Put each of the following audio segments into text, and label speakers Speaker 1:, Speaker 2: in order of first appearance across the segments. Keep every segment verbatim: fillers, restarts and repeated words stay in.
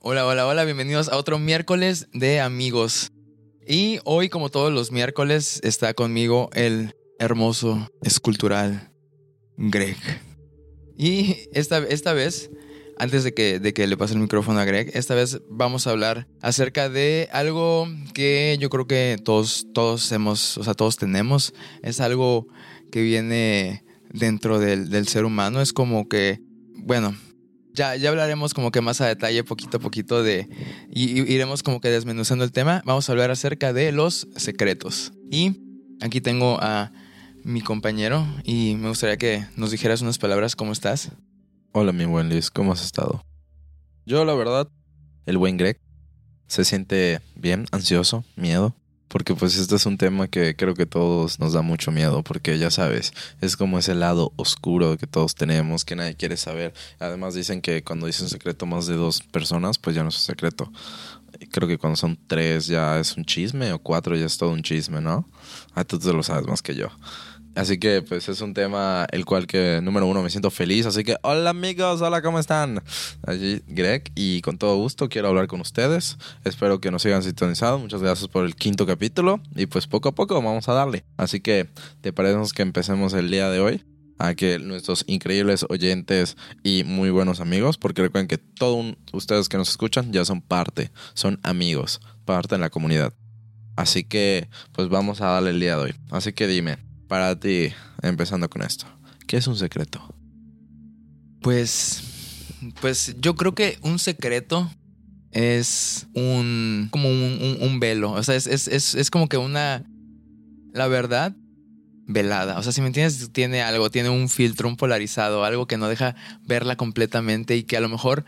Speaker 1: Hola, hola, hola, bienvenidos a otro miércoles de amigos. Y hoy, como todos los miércoles, está conmigo el hermoso, escultural Greg. Y esta, esta vez, antes de que, de que le pase el micrófono a Greg, esta vez vamos a hablar acerca de algo que yo creo que todos, todos hemos, o sea, todos tenemos. Es algo que viene dentro del, del ser humano. Es como que, bueno, ya, ya hablaremos como que más a detalle, poquito a poquito de, y, y iremos como que desmenuzando el tema. Vamos a hablar acerca de los secretos. Y aquí tengo a mi compañero y me gustaría que nos dijeras unas palabras. ¿Cómo estás?
Speaker 2: Hola, mi buen Luis, ¿cómo has estado? Yo, la verdad, el buen Greg se siente bien, ansioso, miedo, porque pues este es un tema que creo que todos nos da mucho miedo, porque ya sabes, es como ese lado oscuro que todos tenemos, que nadie quiere saber. Además dicen que cuando dicen secreto más de dos personas, pues ya no es un secreto. Creo que cuando son tres ya es un chisme, o cuatro ya es todo un chisme, ¿no? Ah, tú te lo sabes más que yo. Así que pues es un tema el cual que, número uno, me siento feliz. Así que hola amigos, hola, ¿cómo están? Allí Greg, y con todo gusto quiero hablar con ustedes. Espero que nos sigan sintonizados. Muchas gracias por el quinto capítulo. Y pues poco a poco vamos a darle. Así que, ¿te parece que empecemos el día de hoy? A que nuestros increíbles oyentes y muy buenos amigos, porque recuerden que todos ustedes que nos escuchan ya son parte, son amigos, parte de la comunidad. Así que pues vamos a darle el día de hoy. Así que dime, para ti, empezando con esto, ¿qué es un secreto?
Speaker 1: Pues, pues yo creo que un secreto es un como un, un, un velo. O sea, es, es, es, es como que una, la verdad velada. O sea, si me entiendes, tiene algo, tiene un filtro, un polarizado, algo que no deja verla completamente y que a lo mejor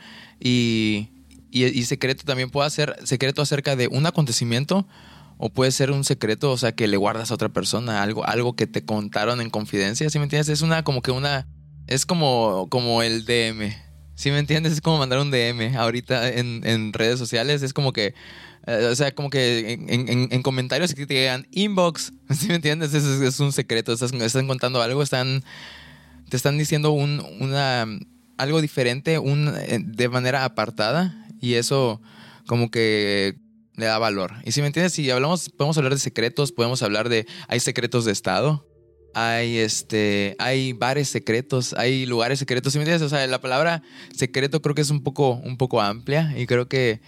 Speaker 1: y, y, y secreto también puede ser secreto acerca de un acontecimiento. O puede ser un secreto, o sea, que le guardas a otra persona, algo, algo que te contaron en confidencia, ¿sí me entiendes? Es una, como que una, es como, como el D M, ¿sí me entiendes? Es como mandar un D M ahorita en, en redes sociales, es como que, eh, o sea, como que en, en, en comentarios que te llegan inbox, ¿sí me entiendes? Es, es, es un secreto, estás, están contando algo, están, te están diciendo un, una, algo diferente, un, de manera apartada, y eso como que le da valor. Y si me entiendes, si hablamos, podemos hablar de secretos, podemos hablar de, hay secretos de estado, hay este, hay bares secretos, hay lugares secretos, ¿sí me entiendes? O sea, la palabra secreto creo que es un poco, un poco amplia y creo que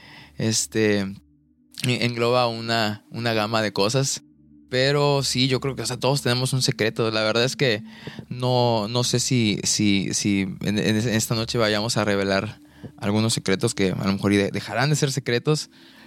Speaker 1: este engloba una, una gama de cosas. Pero sí, yo creo que, o sea, todos tenemos un secreto. La verdad es que no, no sé si, si, si en, en esta noche vayamos a revelar algunos secretos que a lo mejor dejarán de ser secretos.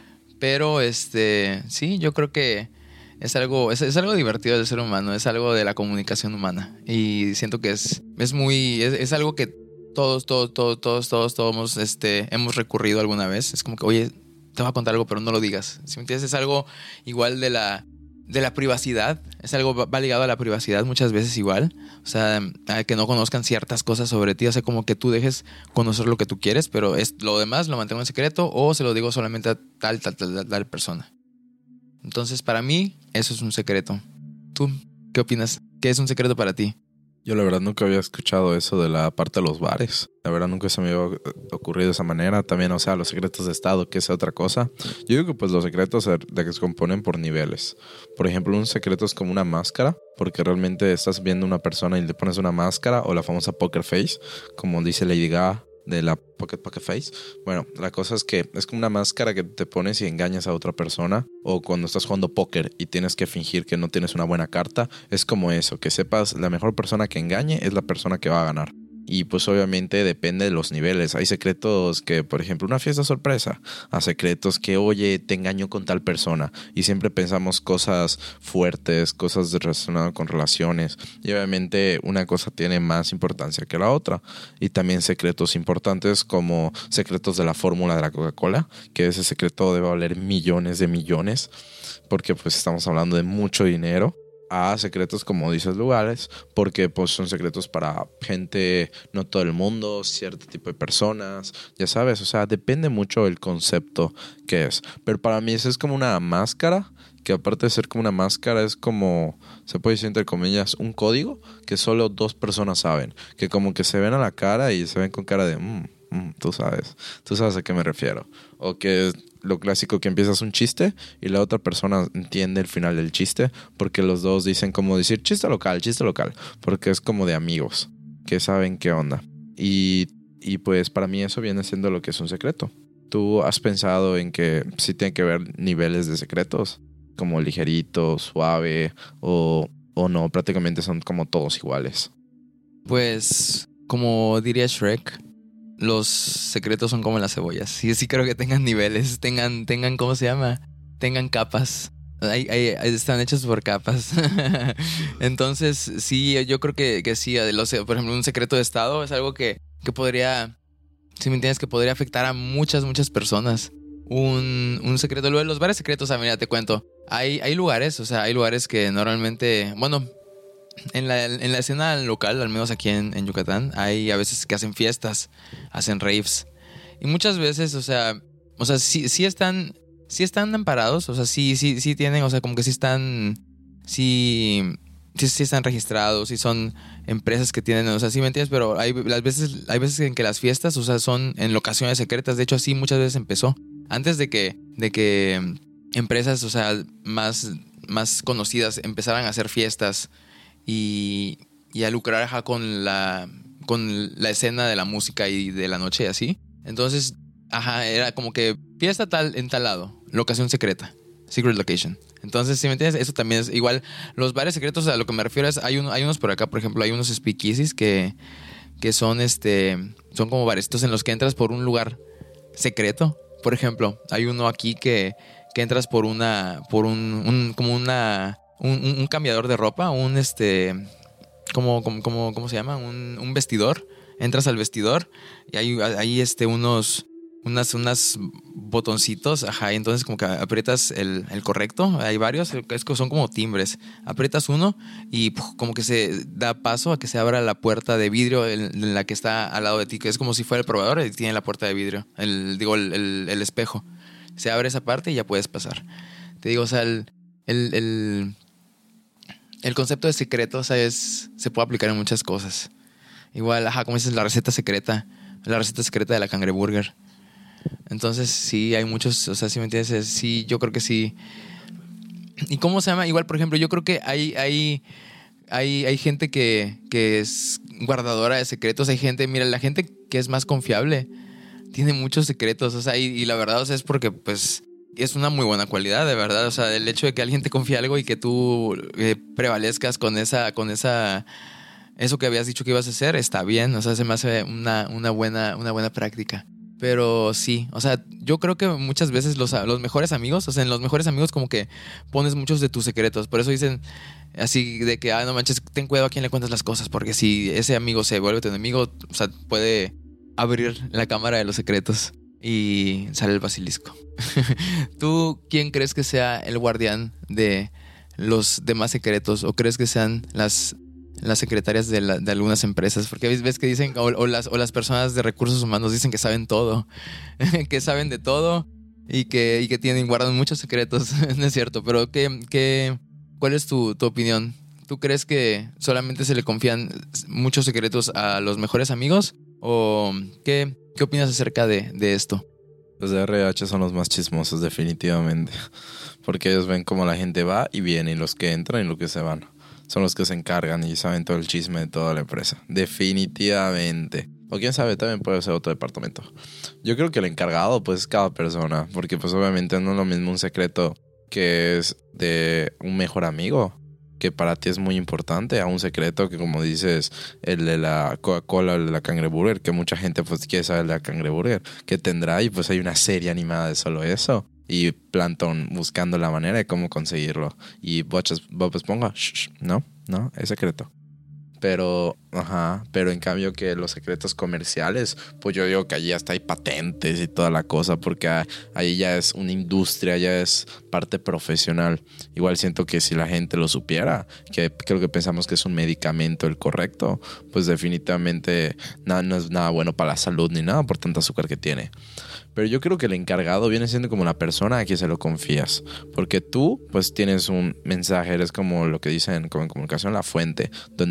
Speaker 1: Pero este, sí, yo creo que es algo, es, es algo divertido del ser humano, es algo de la comunicación humana. Y siento que es, es muy, es, es algo que todos, todos, todos, todos, todos, todos este, hemos recurrido alguna vez. Es como que, oye, te voy a contar algo, pero no lo digas. ¿Sí me entiendes? Es algo igual de la, de la privacidad. Es algo, va ligado a la privacidad muchas veces igual. O sea, a que no conozcan ciertas cosas sobre ti. O sea, como que tú dejes conocer lo que tú quieres, pero es, lo demás lo mantengo en secreto o se lo digo solamente a tal, tal, tal, tal, tal persona. Entonces, para mí, eso es un secreto. ¿Tú qué opinas? ¿Qué es un secreto para ti?
Speaker 2: Yo la verdad nunca había escuchado eso de la parte de los bares. La verdad nunca se me había ocurrido de esa manera. También, o sea, los secretos de estado, que es otra cosa. Yo digo que pues los secretos de que se componen por niveles. Por ejemplo, un secreto es como una máscara, porque realmente estás viendo a una persona y le pones una máscara, o la famosa poker face, como dice Lady Gaga, de la Pocket Poker Face. Bueno, la cosa es que es como una máscara que te pones y engañas a otra persona, o cuando estás jugando póker y tienes que fingir que no tienes una buena carta, es como eso, que sepas la mejor persona que engañe es la persona que va a ganar. Y pues obviamente depende de los niveles. Hay secretos que, por ejemplo, una fiesta sorpresa. Hay secretos que, oye, te engaño con tal persona. Y siempre pensamos cosas fuertes, cosas relacionadas con relaciones. Y obviamente una cosa tiene más importancia que la otra. Y también secretos importantes como secretos de la fórmula de la Coca-Cola, que ese secreto debe valer millones de millones, porque pues estamos hablando de mucho dinero. A secretos, como dices, lugares, porque pues son secretos para gente, no todo el mundo, cierto tipo de personas, ya sabes, o sea, depende mucho del concepto que es. Pero para mí eso es como una máscara, que aparte de ser como una máscara es como, se puede decir entre comillas, un código que solo dos personas saben, que como que se ven a la cara y se ven con cara de, mmm, Mm, tú sabes, tú sabes a qué me refiero. O que es lo clásico que empiezas un chiste y la otra persona entiende el final del chiste porque los dos dicen como decir chiste local, chiste local, porque es como de amigos que saben qué onda. Y, y pues para mí eso viene siendo lo que es un secreto. ¿Tú has pensado en que sí tiene que haber niveles de secretos? Como ligerito, suave o, o no, prácticamente son como todos iguales.
Speaker 1: Pues, como diría Shrek, los secretos son como las cebollas. Sí, sí creo que tengan niveles, tengan, tengan, ¿cómo se llama? Tengan capas. Hay, hay, están hechos por capas. Entonces, sí, yo creo que, que sí. Los, por ejemplo, un secreto de estado es algo que, que podría, si me entiendes, que podría afectar a muchas, muchas personas. Un, un secreto, luego los bares secretos, ah, mira, te cuento. Hay, hay lugares, o sea, hay lugares que normalmente, bueno, en la, en la escena local, al menos aquí en, en Yucatán, hay a veces que hacen fiestas, hacen raves. Y muchas veces, o sea, o sea, sí, sí están, sí están amparados, o sea, sí, sí, sí tienen, o sea, como que sí están, sí, sí, sí están registrados, sí son empresas que tienen, o sea, sí me entiendes, pero hay las veces, hay veces en que las fiestas, o sea, son en locaciones secretas. De hecho, así muchas veces empezó. Antes de que, de que empresas, o sea, más, más conocidas empezaran a hacer fiestas y, y a lucrar, ajá, con la, con la escena de la música y de la noche y así. Entonces, ajá, era como que fiesta tal en tal lado, locación secreta, secret location. Entonces, si me entiendes, eso también es igual. Los bares secretos, a lo que me refiero es, hay, un, hay unos por acá, por ejemplo, hay unos speakeasies que, que son, este, son como barecitos en los que entras por un lugar secreto. Por ejemplo, hay uno aquí que, que entras por una, por un, un como una, un, un cambiador de ropa, un este, como, como, como, ¿cómo se llama? Un, un vestidor. Entras al vestidor y hay, hay este, unos, unas, unas botoncitos, ajá, y entonces como que aprietas el, el correcto, hay varios, es que son como timbres, aprietas uno y puf, como que se da paso a que se abra la puerta de vidrio en, en la que está al lado de ti, que es como si fuera el probador y tiene la puerta de vidrio, el, digo, el, el, el espejo, se abre esa parte y ya puedes pasar. Te digo, o sea, el, el, el, el concepto de secreto, o sea, es, se puede aplicar en muchas cosas. Igual, ajá, como dices, la receta secreta, la receta secreta de la cangreburger. Entonces, sí, hay muchos, o sea, si me entiendes, sí, yo creo que sí. ¿Y cómo se llama? Igual, por ejemplo, yo creo que hay, hay, hay, hay gente que, que es guardadora de secretos. Hay gente, mira, la gente que es más confiable tiene muchos secretos, o sea, y, y la verdad, o sea, es porque, pues, es una muy buena cualidad, de verdad. O sea, el hecho de que alguien te confíe algo y que tú eh, prevalezcas con esa, con esa, eso que habías dicho que ibas a hacer, está bien. O sea, se me hace una, una buena, una buena práctica. Pero sí, o sea, yo creo que muchas veces los, los mejores amigos, o sea, en los mejores amigos como que pones muchos de tus secretos. Por eso dicen así de que, ah, no manches, ten cuidado a quién le cuentas las cosas, porque si ese amigo se vuelve tu enemigo, o sea, puede abrir la cámara de los secretos y sale el basilisco. ¿Tú quién crees que sea el guardián de los demás secretos? ¿O crees que sean las... las secretarias de, la, de algunas empresas? Porque ves que dicen, o, o, las, o las personas de recursos humanos dicen que saben todo, que saben de todo y que, y que tienen, guardan muchos secretos. No es cierto, pero ¿qué, qué, ¿cuál es tu, tu opinión? ¿Tú crees que solamente se le confían muchos secretos a los mejores amigos? ¿O qué, qué opinas acerca de, de esto?
Speaker 2: Los de R H son los más chismosos, definitivamente, porque ellos ven cómo la gente va y viene, y los que entran y los que se van son los que se encargan y saben todo el chisme de toda la empresa. Definitivamente. O quién sabe, también puede ser otro departamento. Yo creo que el encargado pues es cada persona. Porque pues obviamente no es lo mismo un secreto que es de un mejor amigo, que para ti es muy importante, a un secreto que, como dices, el de la Coca-Cola, el de la cangreburger, que mucha gente pues quiere saber de la cangreburger, que tendrá, y pues hay una serie animada de solo eso. Y Plankton buscando la manera de cómo conseguirlo. Y Bob Esponja, shh, no, no, es secreto. Pero, ajá, pero en cambio que los secretos comerciales, pues yo digo que allí hasta hay patentes y toda la cosa, porque ahí ya es una industria, ya es parte profesional. Igual siento que si la gente lo supiera, que creo que pensamos que es un medicamento el correcto, pues definitivamente nada, no es nada bueno para la salud ni nada por tanta azúcar que tiene. Pero yo creo que el encargado viene siendo como la persona a quien se lo confías. Porque tú, pues, tienes un mensaje, eres como lo que dicen como en comunicación, la fuente, donde emana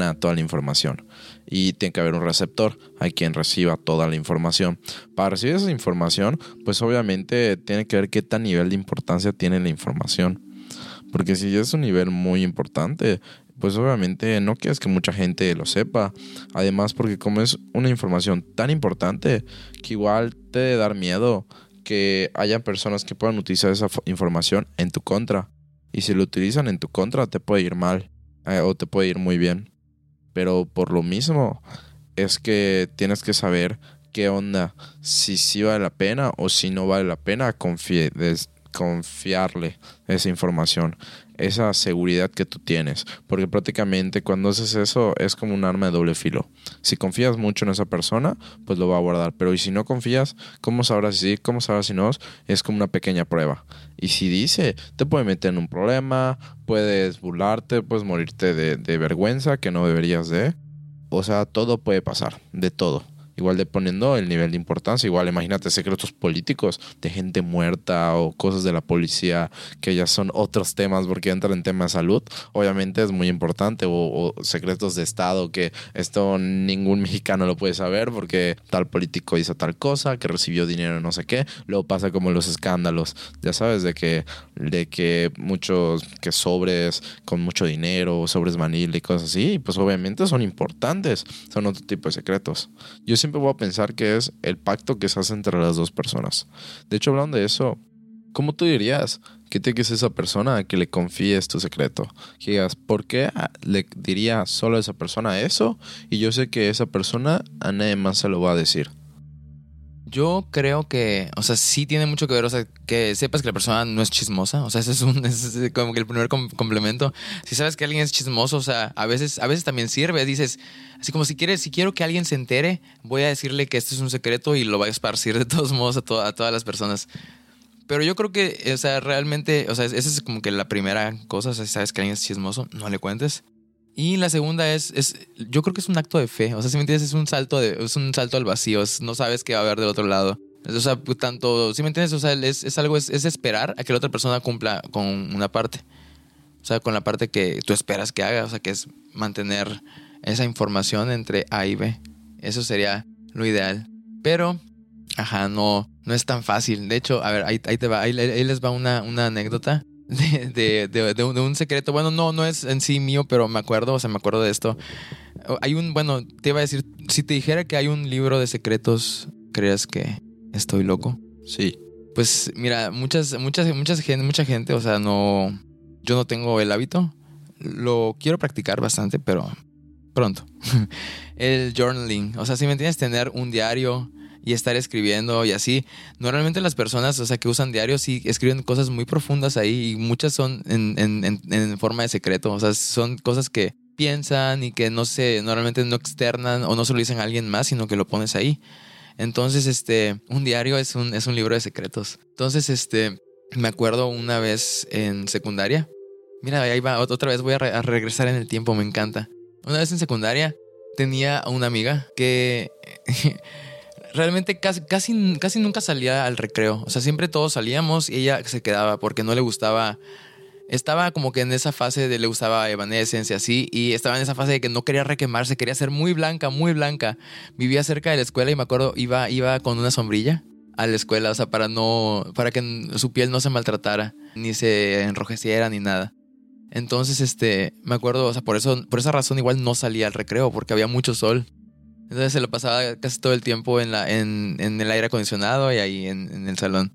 Speaker 2: almacena toda la información. Y tiene que haber un receptor, hay quien reciba toda la información. Para recibir esa información, pues obviamente tiene que ver qué tan nivel de importancia tiene la información. Porque si es un nivel muy importante, pues obviamente no quieres que mucha gente lo sepa. Además, porque como es una información tan importante, que igual te debe dar miedo que haya personas que puedan utilizar esa información en tu contra. Y si lo utilizan en tu contra, te puede ir mal eh, o te puede ir muy bien. Pero por lo mismo es que tienes que saber qué onda, si sí vale la pena o si no vale la pena confi- des- confiarle esa información, esa seguridad que tú tienes. Porque prácticamente cuando haces eso es como un arma de doble filo. Si confías mucho en esa persona, pues lo va a guardar. Pero y si no confías, ¿cómo sabrás si sí? ¿Cómo sabrás si no? Es como una pequeña prueba. Y si dice, te puede meter en un problema, puedes burlarte, puedes morirte de, de vergüenza que no deberías de. O sea, todo puede pasar, de todo. Igual dependiendo el nivel de importancia. Igual imagínate secretos políticos de gente muerta o cosas de la policía que ya son otros temas porque entran en temas de salud. Obviamente es muy importante. O, o secretos de estado que esto ningún mexicano lo puede saber porque tal político hizo tal cosa, que recibió dinero no sé qué. Luego pasa como los escándalos, ya sabes, de que, de que muchos que sobres con mucho dinero, sobres manila y cosas así. Y pues obviamente son importantes. Son otro tipo de secretos. Yo siempre Siempre voy a pensar que es el pacto que se hace entre las dos personas. De hecho, hablando de eso, ¿cómo tú dirías que te que es esa persona a que le confíes tu secreto? Que digas, ¿por qué le diría solo a esa persona eso? Y yo sé que esa persona a nadie más se lo va a decir.
Speaker 1: Yo creo que, o sea, sí tiene mucho que ver, o sea, que sepas que la persona no es chismosa, o sea, ese es un, ese es como que el primer com- complemento. Si sabes que alguien es chismoso, o sea, a veces, a veces también sirve, dices, así como si quieres, si quiero que alguien se entere, voy a decirle que esto es un secreto y lo va a esparcir de todos modos a, to- a todas las personas. Pero yo creo que, o sea, realmente, o sea, esa es como que la primera cosa, o sea, si sabes que alguien es chismoso, no le cuentes. Y la segunda es, es, yo creo que es un acto de fe. O sea, si me entiendes, es un salto de, es un salto al vacío. Es, no sabes qué va a haber del otro lado. O sea, tanto, si me entiendes, o sea, es, es algo, es, es esperar a que la otra persona cumpla con una parte. O sea, con la parte que tú esperas que haga. O sea, que es mantener esa información entre A y B. Eso sería lo ideal. Pero, ajá, no, no es tan fácil. De hecho, a ver, ahí, ahí te va, ahí, ahí les va una, una anécdota. De, de, de, de, un, de un secreto. Bueno, no, no es en sí mío, pero me acuerdo, o sea, me acuerdo de esto. Hay un, bueno, te iba a decir, si te dijera que hay un libro de secretos, ¿crees que estoy loco?
Speaker 2: Sí.
Speaker 1: Pues mira, muchas, muchas, muchas gente, mucha gente, o sea, no, yo no tengo el hábito. Lo quiero practicar bastante, pero pronto. El journaling, o sea, si me entiendes, tener un diario y estar escribiendo y así. Normalmente las personas, o sea, que usan diarios sí escriben cosas muy profundas ahí y muchas son en, en, en, en forma de secreto. O sea, son cosas que piensan y que no se, normalmente no externan o no se lo dicen a alguien más, sino que lo pones ahí. Entonces, este, un diario es un, es un libro de secretos. Entonces, este, me acuerdo una vez en secundaria. Mira, ahí va, otra vez voy a, re- a regresar en el tiempo, me encanta. Una vez en secundaria tenía una amiga que... Realmente casi, casi, casi nunca salía al recreo. O sea, siempre todos salíamos y ella se quedaba porque no le gustaba. Estaba como que en esa fase de le gustaba Evanescence y así. Y estaba en esa fase de que no quería requemarse, quería ser muy blanca, muy blanca. Vivía cerca de la escuela y me acuerdo, iba, iba con una sombrilla a la escuela. O sea, para no, para que su piel no se maltratara, ni se enrojeciera, ni nada. Entonces, este, me acuerdo, o sea, por eso, por esa razón igual no salía al recreo, porque había mucho sol. Entonces se lo pasaba casi todo el tiempo en, la, en, en el aire acondicionado y ahí en, en el salón.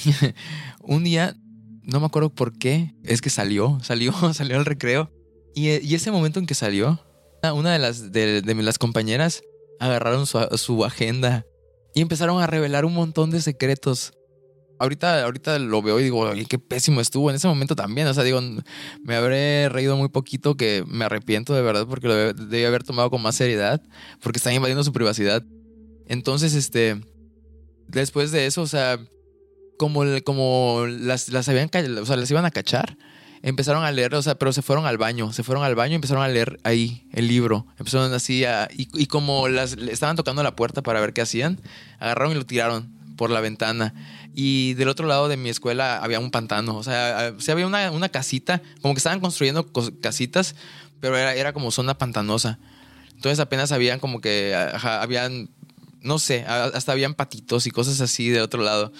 Speaker 1: Un día, no me acuerdo por qué, es que salió, salió, salió al recreo. Y, y ese momento en que salió, una de las, de, de las compañeras agarraron su, su agenda y empezaron a revelar un montón de secretos. Ahorita, ahorita lo veo y digo, oye, qué pésimo estuvo. En ese momento también, o sea, digo, me habré reído muy poquito, que me arrepiento de verdad porque lo debí haber tomado con más seriedad, porque están invadiendo su privacidad. Entonces, este, después de eso, o sea, como, como las, las habían, o sea, las iban a cachar, empezaron a leer, o sea, pero se fueron al baño, se fueron al baño y empezaron a leer ahí el libro. Empezaron así a, y, y como las estaban tocando la puerta para ver qué hacían, agarraron y lo tiraron por la ventana. Y del otro lado de mi escuela había un pantano. O sea, sí había una, una casita, como que estaban construyendo casitas, pero era, era como zona pantanosa. Entonces apenas habían como que, ajá, habían, no sé, hasta habían patitos y cosas así del otro lado.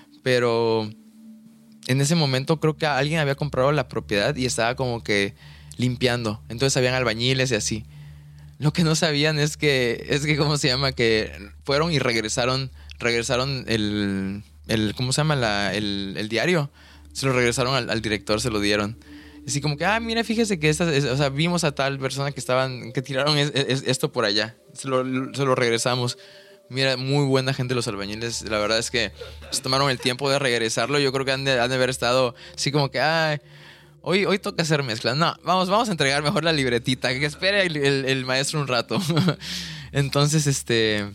Speaker 1: Pero en ese momento creo que alguien había comprado la propiedad y estaba como que limpiando. Entonces habían albañiles y así. Lo que no sabían es que, es que ¿cómo se llama? Que fueron y regresaron, regresaron el, el ¿cómo se llama? La, el, el diario. Se lo regresaron al, al director, se lo dieron. Así como que, ah, mira, fíjese que esta, es, o sea, vimos a tal persona que estaban, que tiraron es, es, esto por allá. Se lo, se lo regresamos. Mira, muy buena gente los albañiles. La verdad es que se tomaron el tiempo de regresarlo. Yo creo que han de, han de haber estado así como que, ay, hoy, hoy toca hacer mezclas. No, vamos, vamos a entregar mejor la libretita. Que espere el, el, el maestro un rato. Entonces, este,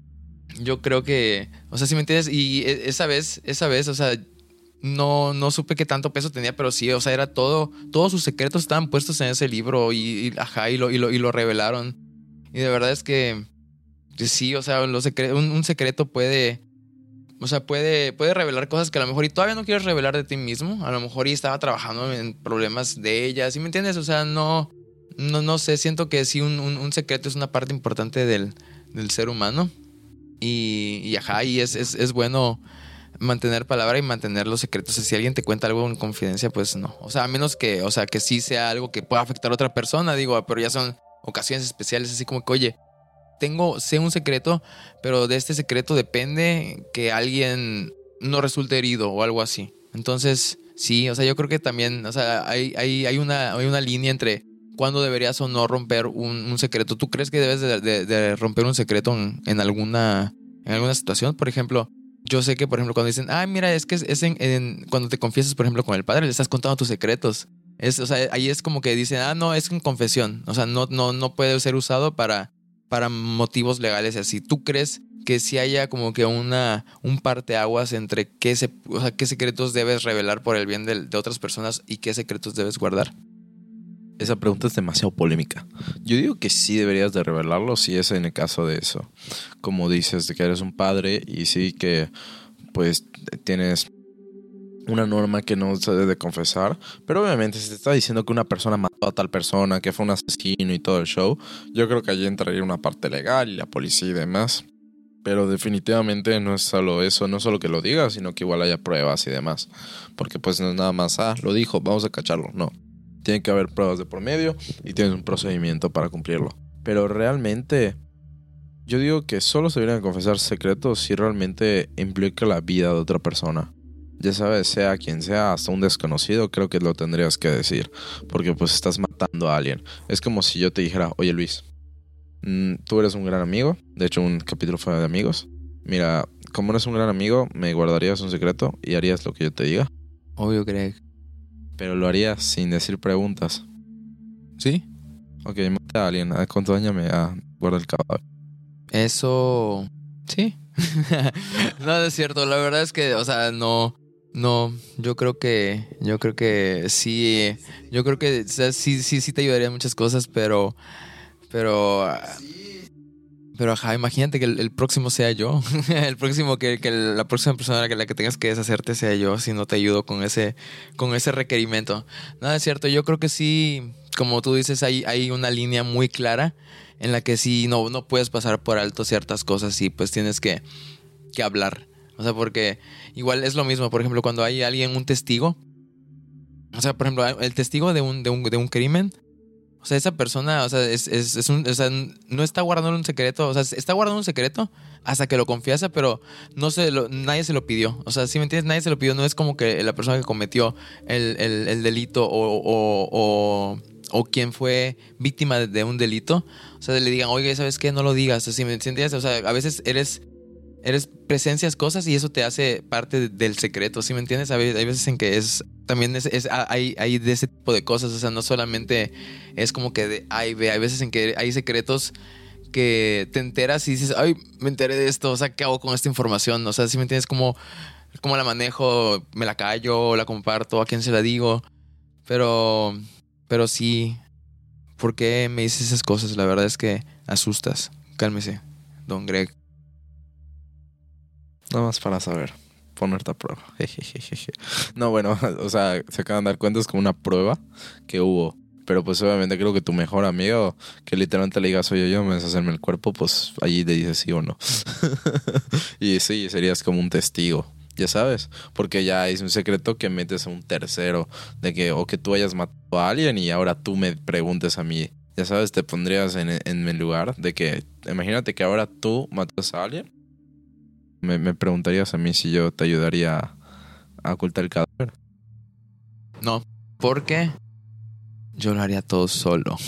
Speaker 1: yo creo que, o sea, si me entiendes, y esa vez, esa vez, o sea, no, no supe qué tanto peso tenía, pero sí, o sea, era todo, todos sus secretos estaban puestos en ese libro y, y ajá, y lo, y lo, y lo revelaron. Y de verdad es que sí, o sea, los secre- un, un secreto puede, o sea, puede, puede revelar cosas que a lo mejor y todavía no quieres revelar de ti mismo. A lo mejor y estaba trabajando en problemas de ella, ¿sí me entiendes? O sea, no, no, no sé, siento que sí, un, un, un secreto es una parte importante del, del ser humano. Y, y ajá, y es, es, es bueno mantener palabra y mantener los secretos. Si alguien te cuenta algo en confidencia, pues no. O sea, a menos que, o sea, que sí sea algo que pueda afectar a otra persona, digo, pero ya son ocasiones especiales, así como que, oye, tengo, sé un secreto, pero de este secreto depende que alguien no resulte herido o algo así. Entonces, sí, o sea, yo creo que también, o sea, hay, hay, hay, una, hay una línea entre cuándo deberías o no romper un, un secreto. ¿Tú crees que debes de, de, de romper un secreto en, en, alguna, en alguna situación? Por ejemplo, yo sé que, por ejemplo, cuando dicen, ah, mira, es que es, es en, en, cuando te confiesas, por ejemplo, con el padre, le estás contando tus secretos. Es, o sea, ahí es como que dicen, ah, no, es en confesión. O sea, no, no, no puede ser usado para, para motivos legales y así. ¿Tú crees que si haya como que una, un parteaguas entre qué, se, o sea, qué secretos debes revelar por el bien de, de otras personas y qué secretos debes guardar?
Speaker 2: Esa pregunta es demasiado polémica. Yo digo que sí deberías de revelarlo si es en el caso de eso. Como dices, de que eres un padre y sí que pues tienes una norma que no se debe de confesar. Pero obviamente si te está diciendo que una persona mató a tal persona, que fue un asesino y todo el show, yo creo que allí entraría una parte legal y la policía y demás. Pero definitivamente no es solo eso, no solo que lo digas, sino que igual haya pruebas y demás. Porque pues no es nada más, ah, lo dijo, vamos a cacharlo. No. Tiene que haber pruebas de por medio y tienes un procedimiento para cumplirlo. Pero realmente, yo digo que solo se deberían confesar secretos si realmente implica la vida de otra persona. Ya sabes, sea quien sea, hasta un desconocido, creo que lo tendrías que decir. Porque pues estás matando a alguien. Es como si yo te dijera, oye Luis, mmm, tú eres un gran amigo. De hecho, un capítulo fue de amigos. Mira, como eres un gran amigo, me guardarías un secreto y harías lo que yo te diga.
Speaker 1: Obvio, Greg.
Speaker 2: Pero lo harías sin decir preguntas.
Speaker 1: ¿Sí?
Speaker 2: Ok, mata a alguien. Acompáñame a guardar el cadáver.
Speaker 1: Eso... sí. No, es cierto. La verdad es que, o sea, no... No, yo creo que... Yo creo que sí... Yo creo que o sea, sí, sí, sí te ayudaría en muchas cosas, pero... Pero... Pero ajá, imagínate que el, el próximo sea yo. El próximo que, que la próxima persona que la que tengas que deshacerte sea yo, si no te ayudo con ese, con ese requerimiento. Nada, es cierto, yo creo que sí, como tú dices, hay, hay una línea muy clara en la que sí no, no puedes pasar por alto ciertas cosas y pues tienes que, que hablar. O sea, porque igual es lo mismo, por ejemplo, cuando hay alguien, un testigo. O sea, por ejemplo, el testigo de un, de un, de un crimen. O sea, esa persona, o sea, es, es, es un, o sea, no está guardando un secreto, o sea, está guardando un secreto hasta que lo confiesa, pero no se lo, nadie se lo pidió. O sea, si me entiendes, nadie se lo pidió. No es como que la persona que cometió el, el, el delito o, o, o, o quien fue víctima de, de un delito, o sea, le digan, oye, ¿sabes qué? No lo digas. O sea, si me entiendes, o sea, a veces eres... Eres presencias cosas y eso te hace parte del secreto, ¿sí me entiendes? Hay veces en que es también es, es hay, hay de ese tipo de cosas, o sea, no solamente es como que de A y B, hay veces en que hay secretos que te enteras y dices, ay, me enteré de esto, o sea, ¿qué hago con esta información? O sea, ¿sí me entiendes? ¿Cómo, cómo la manejo? ¿Me la callo? ¿La comparto? ¿A quién se la digo? Pero, pero sí, ¿por qué me dices esas cosas? La verdad es que asustas. Cálmese, don Greg.
Speaker 2: Nada más para saber. Ponerte a prueba. Jejejeje. No, bueno, o sea, se acaban de dar cuenta, es como una prueba que hubo. Pero pues obviamente creo que tu mejor amigo, que literalmente le digas, oye, yo me deshacerme el cuerpo, pues allí te dices sí o no. Y sí, serías como un testigo, ya sabes. Porque ya es un secreto que metes a un tercero, de que o que tú hayas matado a alguien y ahora tú me preguntes a mí. Ya sabes, te pondrías en, en mi lugar de que, imagínate que ahora tú matas a alguien. Me, me preguntarías a mí si yo te ayudaría a, a ocultar el cadáver.
Speaker 1: No, porque yo lo haría todo solo.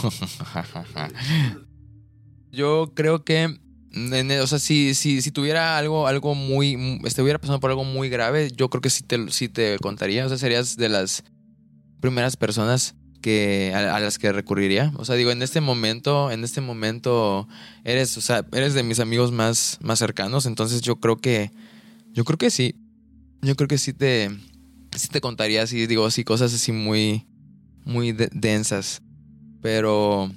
Speaker 1: Yo creo que, o sea, si, si, si tuviera algo, algo muy, estuviera pasando por algo muy grave, yo creo que sí te, sí te contaría. O sea, serías de las primeras personas que a, a las que recurriría. O sea, digo, en este momento, en este momento eres, o sea, eres de mis amigos más, más cercanos. Entonces yo creo que, yo creo que sí. Yo creo que sí te, sí te contaría así, digo, así cosas así muy, muy de- densas. Pero,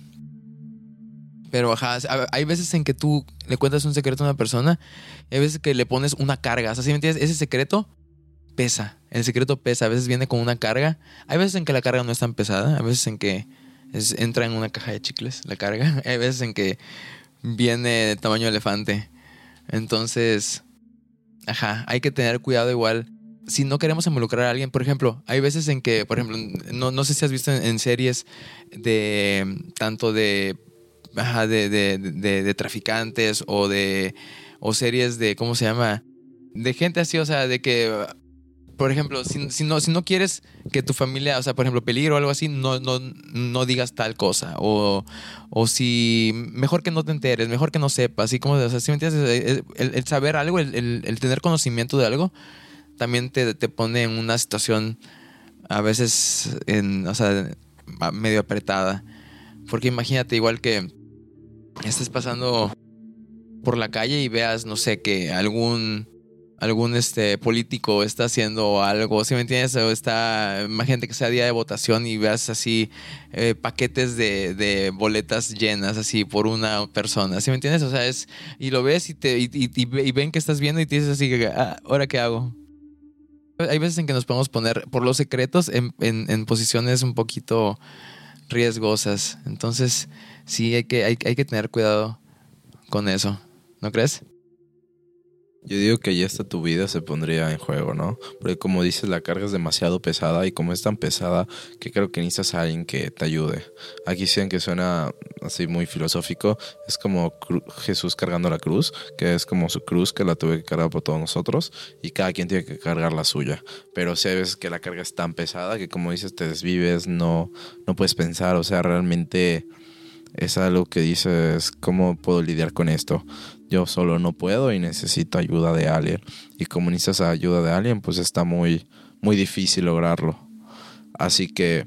Speaker 1: pero, ajá, hay veces en que tú le cuentas un secreto a una persona y hay veces que le pones una carga. O sea, ¿sí me entiendes? Ese secreto pesa. El secreto pesa. A veces viene con una carga. Hay veces en que la carga no es tan pesada. Hay veces en que es- entra en una caja de chicles la carga. Hay veces en que viene de tamaño elefante. Entonces, ajá, hay que tener cuidado igual. Si no queremos involucrar a alguien, por ejemplo, hay veces en que, por ejemplo, no, no sé si has visto en, en series de tanto de, ajá, de, de, de, de traficantes o de o series de, ¿cómo se llama? De gente así, o sea, de que, por ejemplo, si, si no, si no quieres que tu familia, o sea, por ejemplo, peligro o algo así, no, no, no digas tal cosa. O, o si mejor que no te enteres, mejor que no sepas. Así como, o sea, si me entiendes, el, el saber algo, el, el, el tener conocimiento de algo, también te, te pone en una situación a veces, en, o sea, medio apretada. Porque imagínate, igual que estés pasando por la calle y veas, no sé, que algún algún este político está haciendo algo, ¿sí me entiendes? O está, imagínate que sea día de votación y veas así eh, paquetes de, de boletas llenas así por una persona, ¿sí me entiendes? O sea, es, y lo ves y te y, y, y ven que estás viendo y te dices así, ah, ¿ahora qué hago? Hay veces en que nos podemos poner por los secretos en, en, en posiciones un poquito riesgosas. Entonces, sí, hay que, hay, hay que tener cuidado con eso. ¿No crees?
Speaker 2: Yo digo que ya hasta tu vida se pondría en juego, ¿no? Porque como dices, la carga es demasiado pesada y como es tan pesada que creo que necesitas a alguien que te ayude. Aquí dicen que suena así muy filosófico, es como cru- Jesús cargando la cruz, que es como su cruz que la tuve que cargar por todos nosotros y cada quien tiene que cargar la suya. Pero sí hay veces que la carga es tan pesada que como dices te desvives, no, no puedes pensar, o sea, realmente es algo que dices, ¿cómo puedo lidiar con esto? Yo solo no puedo y necesito ayuda de alguien. Y como necesitas ayuda de alguien, pues está muy, muy difícil lograrlo. Así que,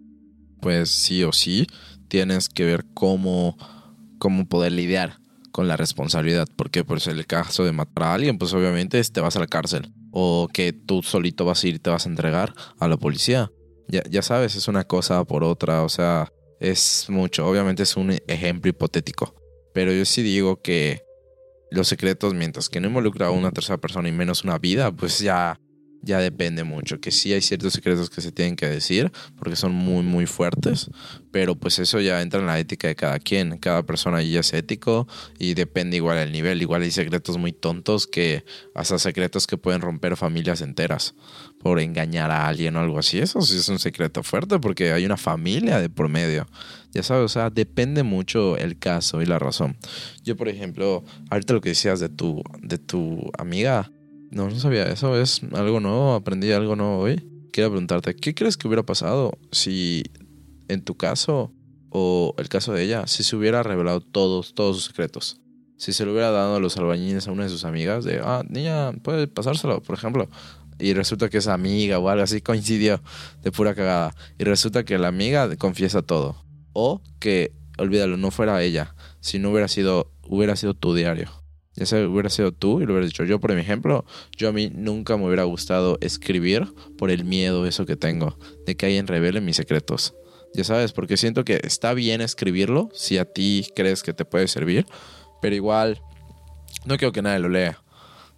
Speaker 2: pues sí o sí, tienes que ver cómo, cómo poder lidiar con la responsabilidad. Porque pues en el caso de matar a alguien, pues obviamente te vas a la cárcel. O que tú solito vas a ir y te vas a entregar a la policía. Ya, ya sabes, es una cosa por otra, o sea, es mucho. Obviamente es un ejemplo hipotético. Pero yo sí digo que los secretos, mientras que no involucra a una tercera persona y menos una vida, pues ya, ya depende mucho. Que sí hay ciertos secretos que se tienen que decir porque son muy, muy fuertes, pero pues eso ya entra en la ética de cada quien. Cada persona ya es ético y depende igual el nivel. Igual hay secretos muy tontos que hasta secretos que pueden romper familias enteras por engañar a alguien o algo así. Eso sí es un secreto fuerte porque hay una familia de por medio. Ya sabes, o sea, depende mucho el caso y la razón. Yo, por ejemplo, ahorita lo que decías de tu, de tu amiga, no, no sabía eso, es algo nuevo, aprendí algo nuevo hoy. Quiero preguntarte, ¿qué crees que hubiera pasado si en tu caso o el caso de ella, si se hubiera revelado todos, todos sus secretos? Si se lo hubiera dado a los albañiles a una de sus amigas, de, ah, niña, puede pasárselo, por ejemplo. Y resulta que esa amiga o algo así coincidió de pura cagada. Y resulta que la amiga confiesa todo. O que, olvídalo, no fuera ella, si no hubiera sido, hubiera sido tu diario. Ya sea, hubiera sido tú y lo hubieras dicho. Yo, por ejemplo, yo a mí nunca me hubiera gustado escribir por el miedo eso que tengo, de que alguien revele mis secretos. Ya sabes, porque siento que está bien escribirlo si a ti crees que te puede servir, pero igual no quiero que nadie lo lea.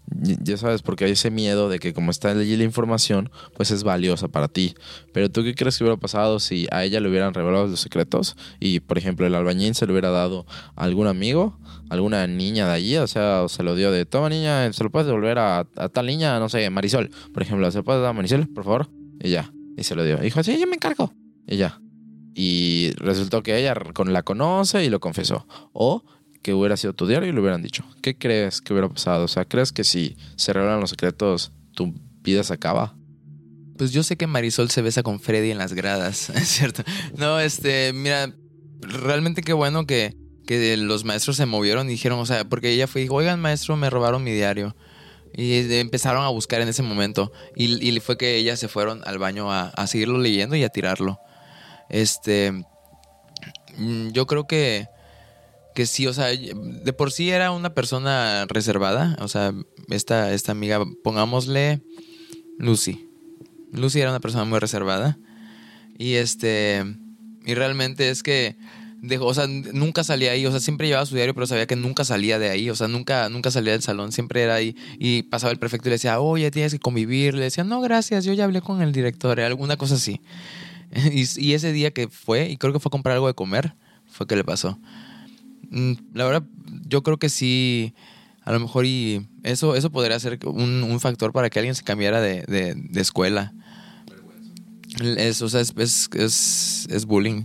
Speaker 2: Ya sabes, porque hay ese miedo de que como está allí la información, pues es valiosa para ti. Pero ¿tú qué crees que hubiera pasado si a ella le hubieran revelado los secretos? Y, por ejemplo, el albañil se lo hubiera dado a algún amigo, alguna niña de allí, o sea, o se lo dio de, toma niña, se lo puedes devolver a, a tal niña, no sé, Marisol, por ejemplo, ¿se lo puedes dar a Marisol, por favor? Y ya, y se lo dio. Dijo, sí, yo me encargo. Y ya. Y resultó que ella con la conoce y lo confesó. O que hubiera sido tu diario y lo hubieran dicho. ¿Qué crees que hubiera pasado? O sea, ¿crees que si se revelan los secretos, tu vida se acaba?
Speaker 1: Pues yo sé que Marisol se besa con Freddy en las gradas, es cierto. No, este, mira, realmente qué bueno que, que los maestros se movieron y dijeron, o sea, porque ella fue y dijo, oigan maestro, me robaron mi diario. Y empezaron a buscar en ese momento. Y, y fue que ellas se fueron al baño a, a seguirlo leyendo y a tirarlo. Este, yo creo que que sí, o sea, de por sí era una persona reservada. O sea, esta, esta amiga, pongámosle Lucy. Lucy era una persona muy reservada. Y este, y realmente es que dejó, o sea, nunca salía ahí. O sea, siempre llevaba su diario, pero sabía que nunca salía de ahí. O sea, nunca, nunca salía del salón, siempre era ahí. Y pasaba el prefecto y le decía, oye, tienes que convivir. Le decía, no, gracias, yo ya hablé con el director, alguna cosa así. Y, y ese día que fue, y creo que fue a comprar algo de comer, fue que le pasó. La verdad, yo creo que sí, a lo mejor y eso, eso podría ser un, un factor para que alguien se cambiara de, de, de escuela. Es, o sea, es, es, es, es bullying.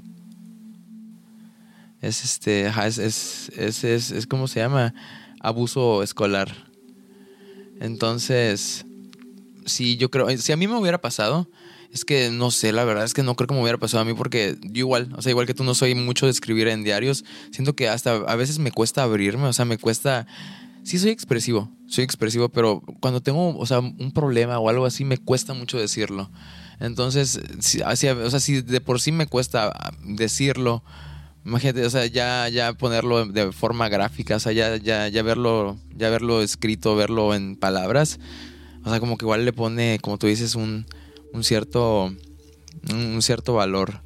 Speaker 1: Es este, ajá, es, es, es, es, es, ¿cómo se llama? Abuso escolar. Entonces, sí, yo creo, si a mí me hubiera pasado, es que no sé, la verdad es que no creo que me hubiera pasado a mí porque yo igual, o sea, igual que tú no soy mucho de escribir en diarios, siento que hasta a veces me cuesta abrirme, o sea, me cuesta, sí soy expresivo, soy expresivo, pero cuando tengo, o sea, un problema o algo así, me cuesta mucho decirlo. Entonces, si, así, o sea, si de por sí me cuesta decirlo, imagínate, o sea, ya, ya ponerlo de forma gráfica, o sea, ya, ya, ya verlo, ya verlo escrito, verlo en palabras, o sea, como que igual le pone, como tú dices, un un cierto un cierto valor.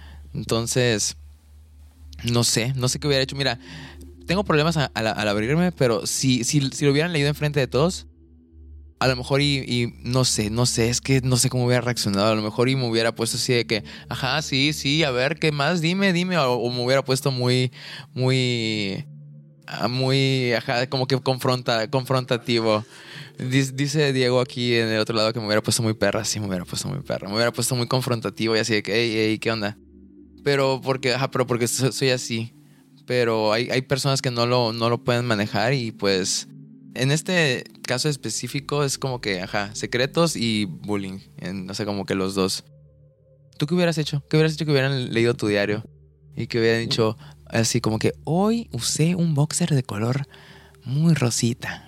Speaker 1: Entonces no sé, no sé qué hubiera hecho. Mira, tengo problemas a, a la, al abrirme, pero si, si, si lo hubieran leído enfrente de todos, a lo mejor y, y no sé, no sé, es que no sé cómo hubiera reaccionado. A lo mejor y me hubiera puesto así de que, ajá, sí, sí, a ver, ¿qué más? Dime, dime. O, o me hubiera puesto muy, muy, muy, ajá, como que confronta, confrontativo. Dice Diego aquí en el otro lado que me hubiera puesto muy perra. Sí, me hubiera puesto muy perra. Me hubiera puesto muy confrontativo y así de que, hey, hey, ¿qué onda? Pero porque, ajá, pero porque soy así. Pero hay, hay personas que no lo, no lo pueden manejar y pues en este caso específico es como que, ajá, secretos y bullying. En, no sé, como que los dos. ¿Tú qué hubieras hecho? ¿Qué hubieras hecho que hubieran leído tu diario? Y que hubieran dicho así como que hoy usé un boxer de color muy rosita.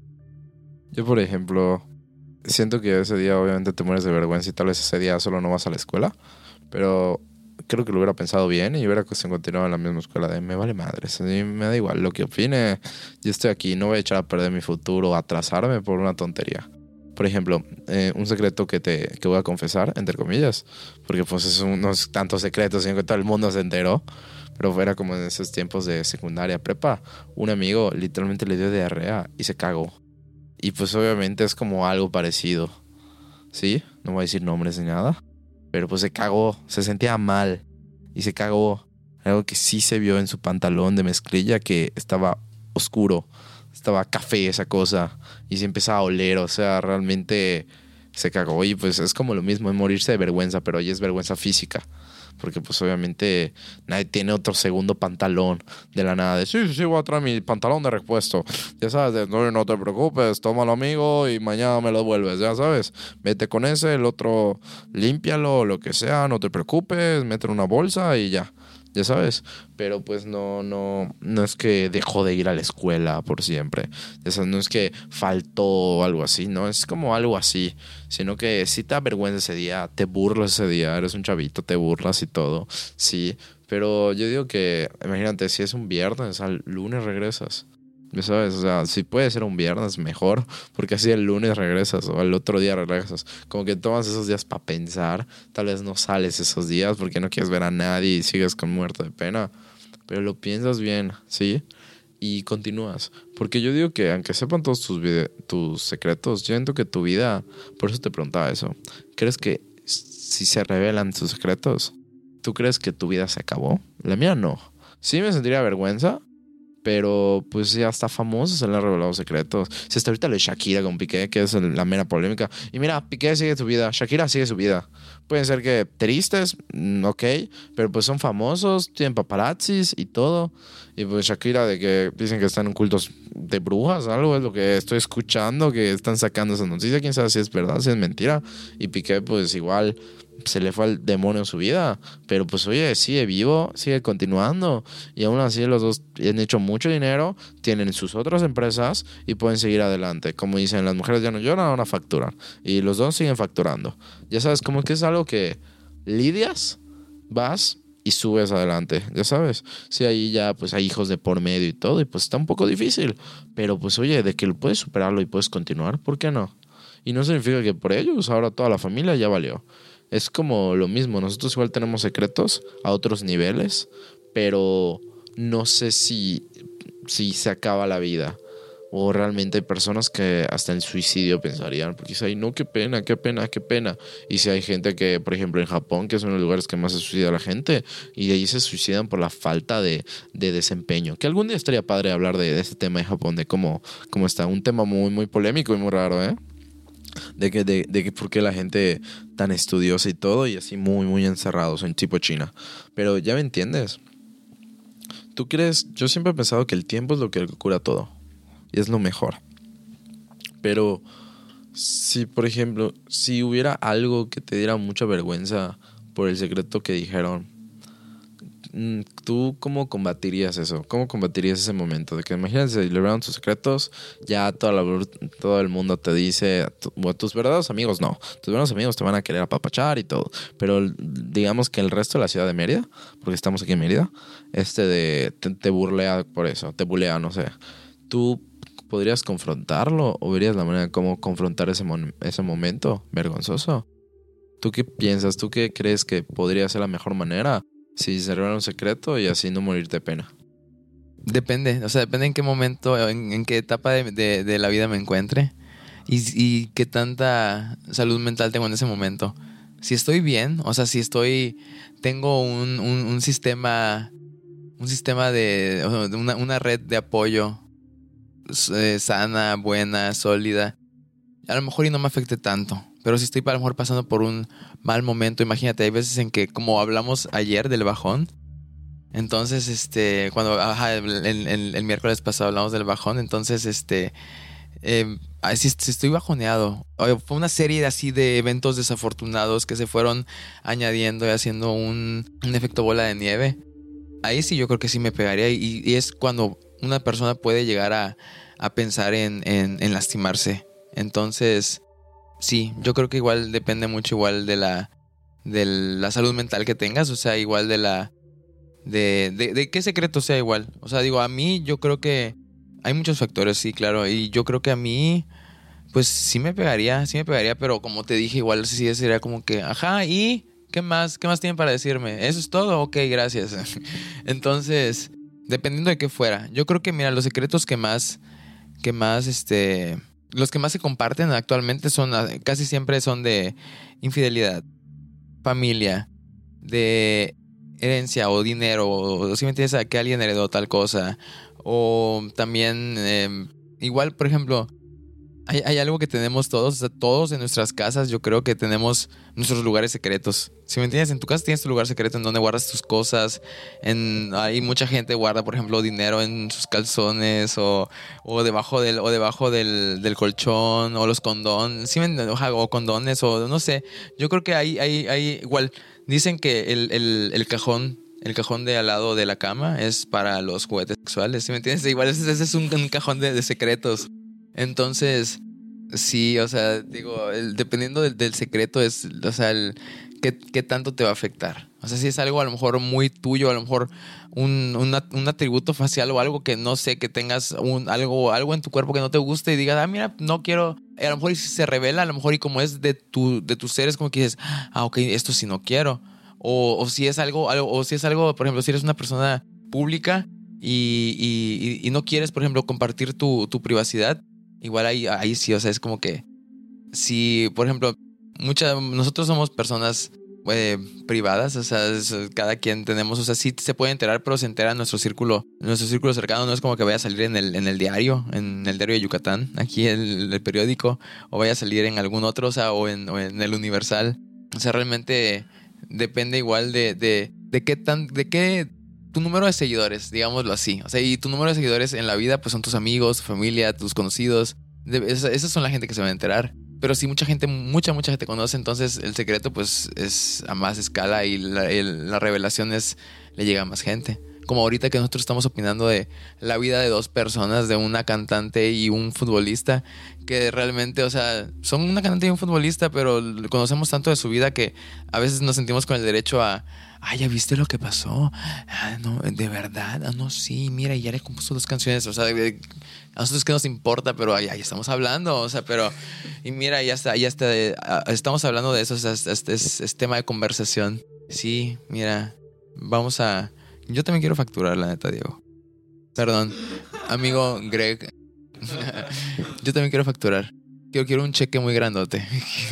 Speaker 2: Yo, por ejemplo, siento que ese día obviamente te mueres de vergüenza y tal vez ese día solo no vas a la escuela, pero creo que lo hubiera pensado bien y hubiera continuado en la misma escuela de me vale madres, a mí me da igual lo que opine, yo estoy aquí, no voy a echar a perder mi futuro, atrasarme por una tontería. Por ejemplo, eh, un secreto que te que voy a confesar, entre comillas, porque pues es unos tantos secretos, sino que todo el mundo se enteró, pero fuera como en esos tiempos de secundaria, prepa, un amigo literalmente le dio diarrea y se cagó. Y pues obviamente es como algo parecido, ¿sí? No voy a decir nombres ni nada. Pero pues se cagó, se sentía mal. Y se cagó. Algo que sí se vio en su pantalón de mezclilla que estaba oscuro. Estaba café esa cosa. Y se empezaba a oler, o sea, realmente se cagó. Y pues es como lo mismo, es morirse de vergüenza, pero ahí es vergüenza física. Porque pues obviamente nadie tiene otro segundo pantalón de la nada. De sí, sí, sí, voy a traer mi pantalón de repuesto. Ya sabes, de, no, no te preocupes, tómalo amigo y mañana me lo devuelves, ya sabes. Vete con ese, el otro límpialo, lo que sea, no te preocupes, mételo en una bolsa y ya. Ya sabes, pero pues no, no, no es que dejó de ir a la escuela por siempre. O sea, no es que faltó o algo así, no es como algo así, sino que si te avergüenza ese día, te burlas ese día, eres un chavito, te burlas y todo, sí. Pero yo digo que, imagínate, si es un viernes, al lunes regresas. Ya sabes, o sea, si puede ser un viernes, mejor, porque así el lunes regresas o el otro día regresas. Como que tomas esos días para pensar, tal vez no sales esos días porque no quieres ver a nadie y sigues con muerto de pena, pero lo piensas bien, ¿sí? y continúas. Porque yo digo que aunque sepan todos tus, vide- tus secretos, yo siento que tu vida, por eso te preguntaba eso, ¿crees que si se revelan tus secretos, tú crees que tu vida se acabó? La mía no. Sí me sentiría vergüenza, pero pues ya está famoso, se le han revelado secretos. Si hasta ahorita lo de Shakira con Piqué, que es el- la mera polémica. Y mira, Piqué sigue su vida, Shakira sigue su vida. Pueden ser que tristes, mm, ok, pero pues son famosos, tienen paparazzis y todo. Y pues Shakira de que dicen que están en cultos de brujas, algo es lo que estoy escuchando, que están sacando esa noticia. Quién sabe si es verdad, si es mentira. Y Piqué pues igual se le fue al demonio en su vida. Pero pues oye, sigue vivo, sigue continuando. Y aún así los dos han hecho mucho dinero, tienen sus otras empresas y pueden seguir adelante. Como dicen, las mujeres ya no lloran, ahora facturan. Y los dos siguen facturando. Ya sabes, como que es algo que lidias, vas y subes adelante. Ya sabes, si ahí ya pues hay hijos de por medio y todo, y pues está un poco difícil. Pero pues oye, de que lo puedes superarlo y puedes continuar, ¿por qué no? Y no significa que por ellos ahora toda la familia ya valió. Es como lo mismo, nosotros igual tenemos secretos a otros niveles, pero no sé si, si se acaba la vida. O realmente hay personas que hasta el suicidio pensarían, porque dicen, ay, no, qué pena, qué pena, qué pena. Y si hay gente que, por ejemplo, en Japón, que es uno de los lugares que más se suicida la gente, y de ahí se suicidan por la falta de, de desempeño. Que algún día estaría padre hablar de, de este tema de Japón, de cómo, cómo está. Un tema muy, muy polémico y muy raro, ¿eh? De que, de, de que por qué la gente tan estudiosa y todo, y así muy, muy encerrados en tipo China. Pero ya me entiendes. ¿Tú crees? Yo siempre he pensado que el tiempo es lo que cura todo. Y es lo mejor. Pero si, por ejemplo, si hubiera algo que te diera mucha vergüenza por el secreto que dijeron, ¿tú cómo combatirías eso? ¿Cómo combatirías ese momento? De que imagínate, si liberaron tus secretos, ya toda la, todo el mundo te dice, bueno, tus verdaderos amigos no, tus verdaderos amigos te van a querer apapachar y todo, pero digamos que el resto de la ciudad de Mérida, porque estamos aquí en Mérida, este de, te, te burlea por eso, te bulea, no sé. ¿Tú podrías confrontarlo o verías la manera de cómo confrontar ese, mon- ese momento vergonzoso? ¿Tú qué piensas? ¿Tú qué crees que podría ser la mejor manera si se revela un secreto y así no morir de pena?
Speaker 1: Depende, o sea, depende en qué momento, en, en qué etapa de, de, de la vida me encuentre y, y qué tanta salud mental tengo en ese momento. Si estoy bien, o sea, si estoy, tengo un, un, un sistema, un sistema de, o sea, una, una red de apoyo eh, sana, buena, sólida, a lo mejor y no me afecte tanto. Pero si estoy a lo mejor pasando por un mal momento, imagínate, hay veces en que, como hablamos ayer del bajón, entonces, este, cuando, ajá, el, el, el miércoles pasado hablamos del bajón, entonces, este, eh, si, si estoy bajoneado, oye, fue una serie de, así de eventos desafortunados que se fueron añadiendo y haciendo un, un efecto bola de nieve. Ahí sí yo creo que sí me pegaría y, y es cuando una persona puede llegar a, a pensar en, en, en lastimarse. Entonces, sí, yo creo que igual depende mucho igual de la, de la salud mental que tengas, o sea, igual de la, de, de, de qué secreto sea igual. O sea, digo, a mí yo creo que hay muchos factores, sí, claro, y yo creo que a mí, pues sí me pegaría, sí me pegaría, pero como te dije, igual sí sería como que, ajá, ¿y qué más? ¿Qué más tienen para decirme? ¿Eso es todo? Ok, gracias. Entonces, dependiendo de qué fuera, yo creo que, mira, los secretos que más, que más, este, los que más se comparten actualmente son, casi siempre son de infidelidad, familia, de herencia o dinero, o si me entiendes, que alguien heredó tal cosa, o también, eh, igual, por ejemplo, hay, hay algo que tenemos todos, o sea, todos en nuestras casas, yo creo que tenemos nuestros lugares secretos. Si me entiendes, en tu casa tienes tu lugar secreto en donde guardas tus cosas. En, hay mucha gente guarda, por ejemplo, dinero en sus calzones o, o debajo del, o debajo del, del colchón, o los condones, ¿sí me entiendes? O condones, o no sé. Yo creo que hay, hay, hay igual, dicen que el, el, el cajón, el cajón de al lado de la cama es para los juguetes sexuales, ¿sí me entiendes? Igual ese, ese es un, un cajón de, de secretos. Entonces, sí, o sea, digo, el, dependiendo del, del secreto es, o sea, el, qué, qué tanto te va a afectar. O sea, si es algo a lo mejor muy tuyo, a lo mejor un, una, un atributo facial o algo que no sé, que tengas un, algo, algo en tu cuerpo que no te guste y digas, ah, mira, no quiero. A lo mejor y si se revela, a lo mejor y como es de tu, de tus seres, como que dices, ah, ok, esto sí no quiero. O, o si es algo, algo, o si es algo, por ejemplo, si eres una persona pública y, y, y no quieres, por ejemplo, compartir tu, tu privacidad, igual ahí, ahí sí, o sea, es como que si, por ejemplo, muchas, nosotros somos personas eh, privadas, o sea, es, cada quien tenemos, o sea, sí se puede enterar, pero se entera en nuestro círculo, en nuestro círculo cercano, no es como que vaya a salir en el, en el diario, en el diario de Yucatán, aquí el, el periódico, o vaya a salir en algún otro, o sea, o en, o en el Universal, o sea, realmente depende igual de, de, de qué tan, de qué tu número de seguidores, digámoslo así, o sea, y tu número de seguidores en la vida, pues son tus amigos, tu familia, tus conocidos, de, esa, esas son la gente que se va a enterar. Pero si mucha gente, mucha, mucha gente conoce, entonces el secreto pues es a más escala y la, el, la revelación es, le llega a más gente. Como ahorita que nosotros estamos opinando de la vida de dos personas, de una cantante y un futbolista, que realmente, o sea, son una cantante y un futbolista, pero conocemos tanto de su vida que a veces nos sentimos con el derecho a, ah, ¿ya viste lo que pasó? Ah, no, de verdad, ah, no, sí, mira, ya le compuso dos canciones, o sea, de, a nosotros que nos importa, pero ya, ya estamos hablando, o sea, pero, y mira, ya está, ya está, eh, estamos hablando de eso, o sea, es, es, es, es tema de conversación. Sí, mira, vamos a... Yo también quiero facturar, la neta, Diego. Perdón, amigo Greg. Yo también quiero facturar. Quiero, quiero un cheque muy grandote.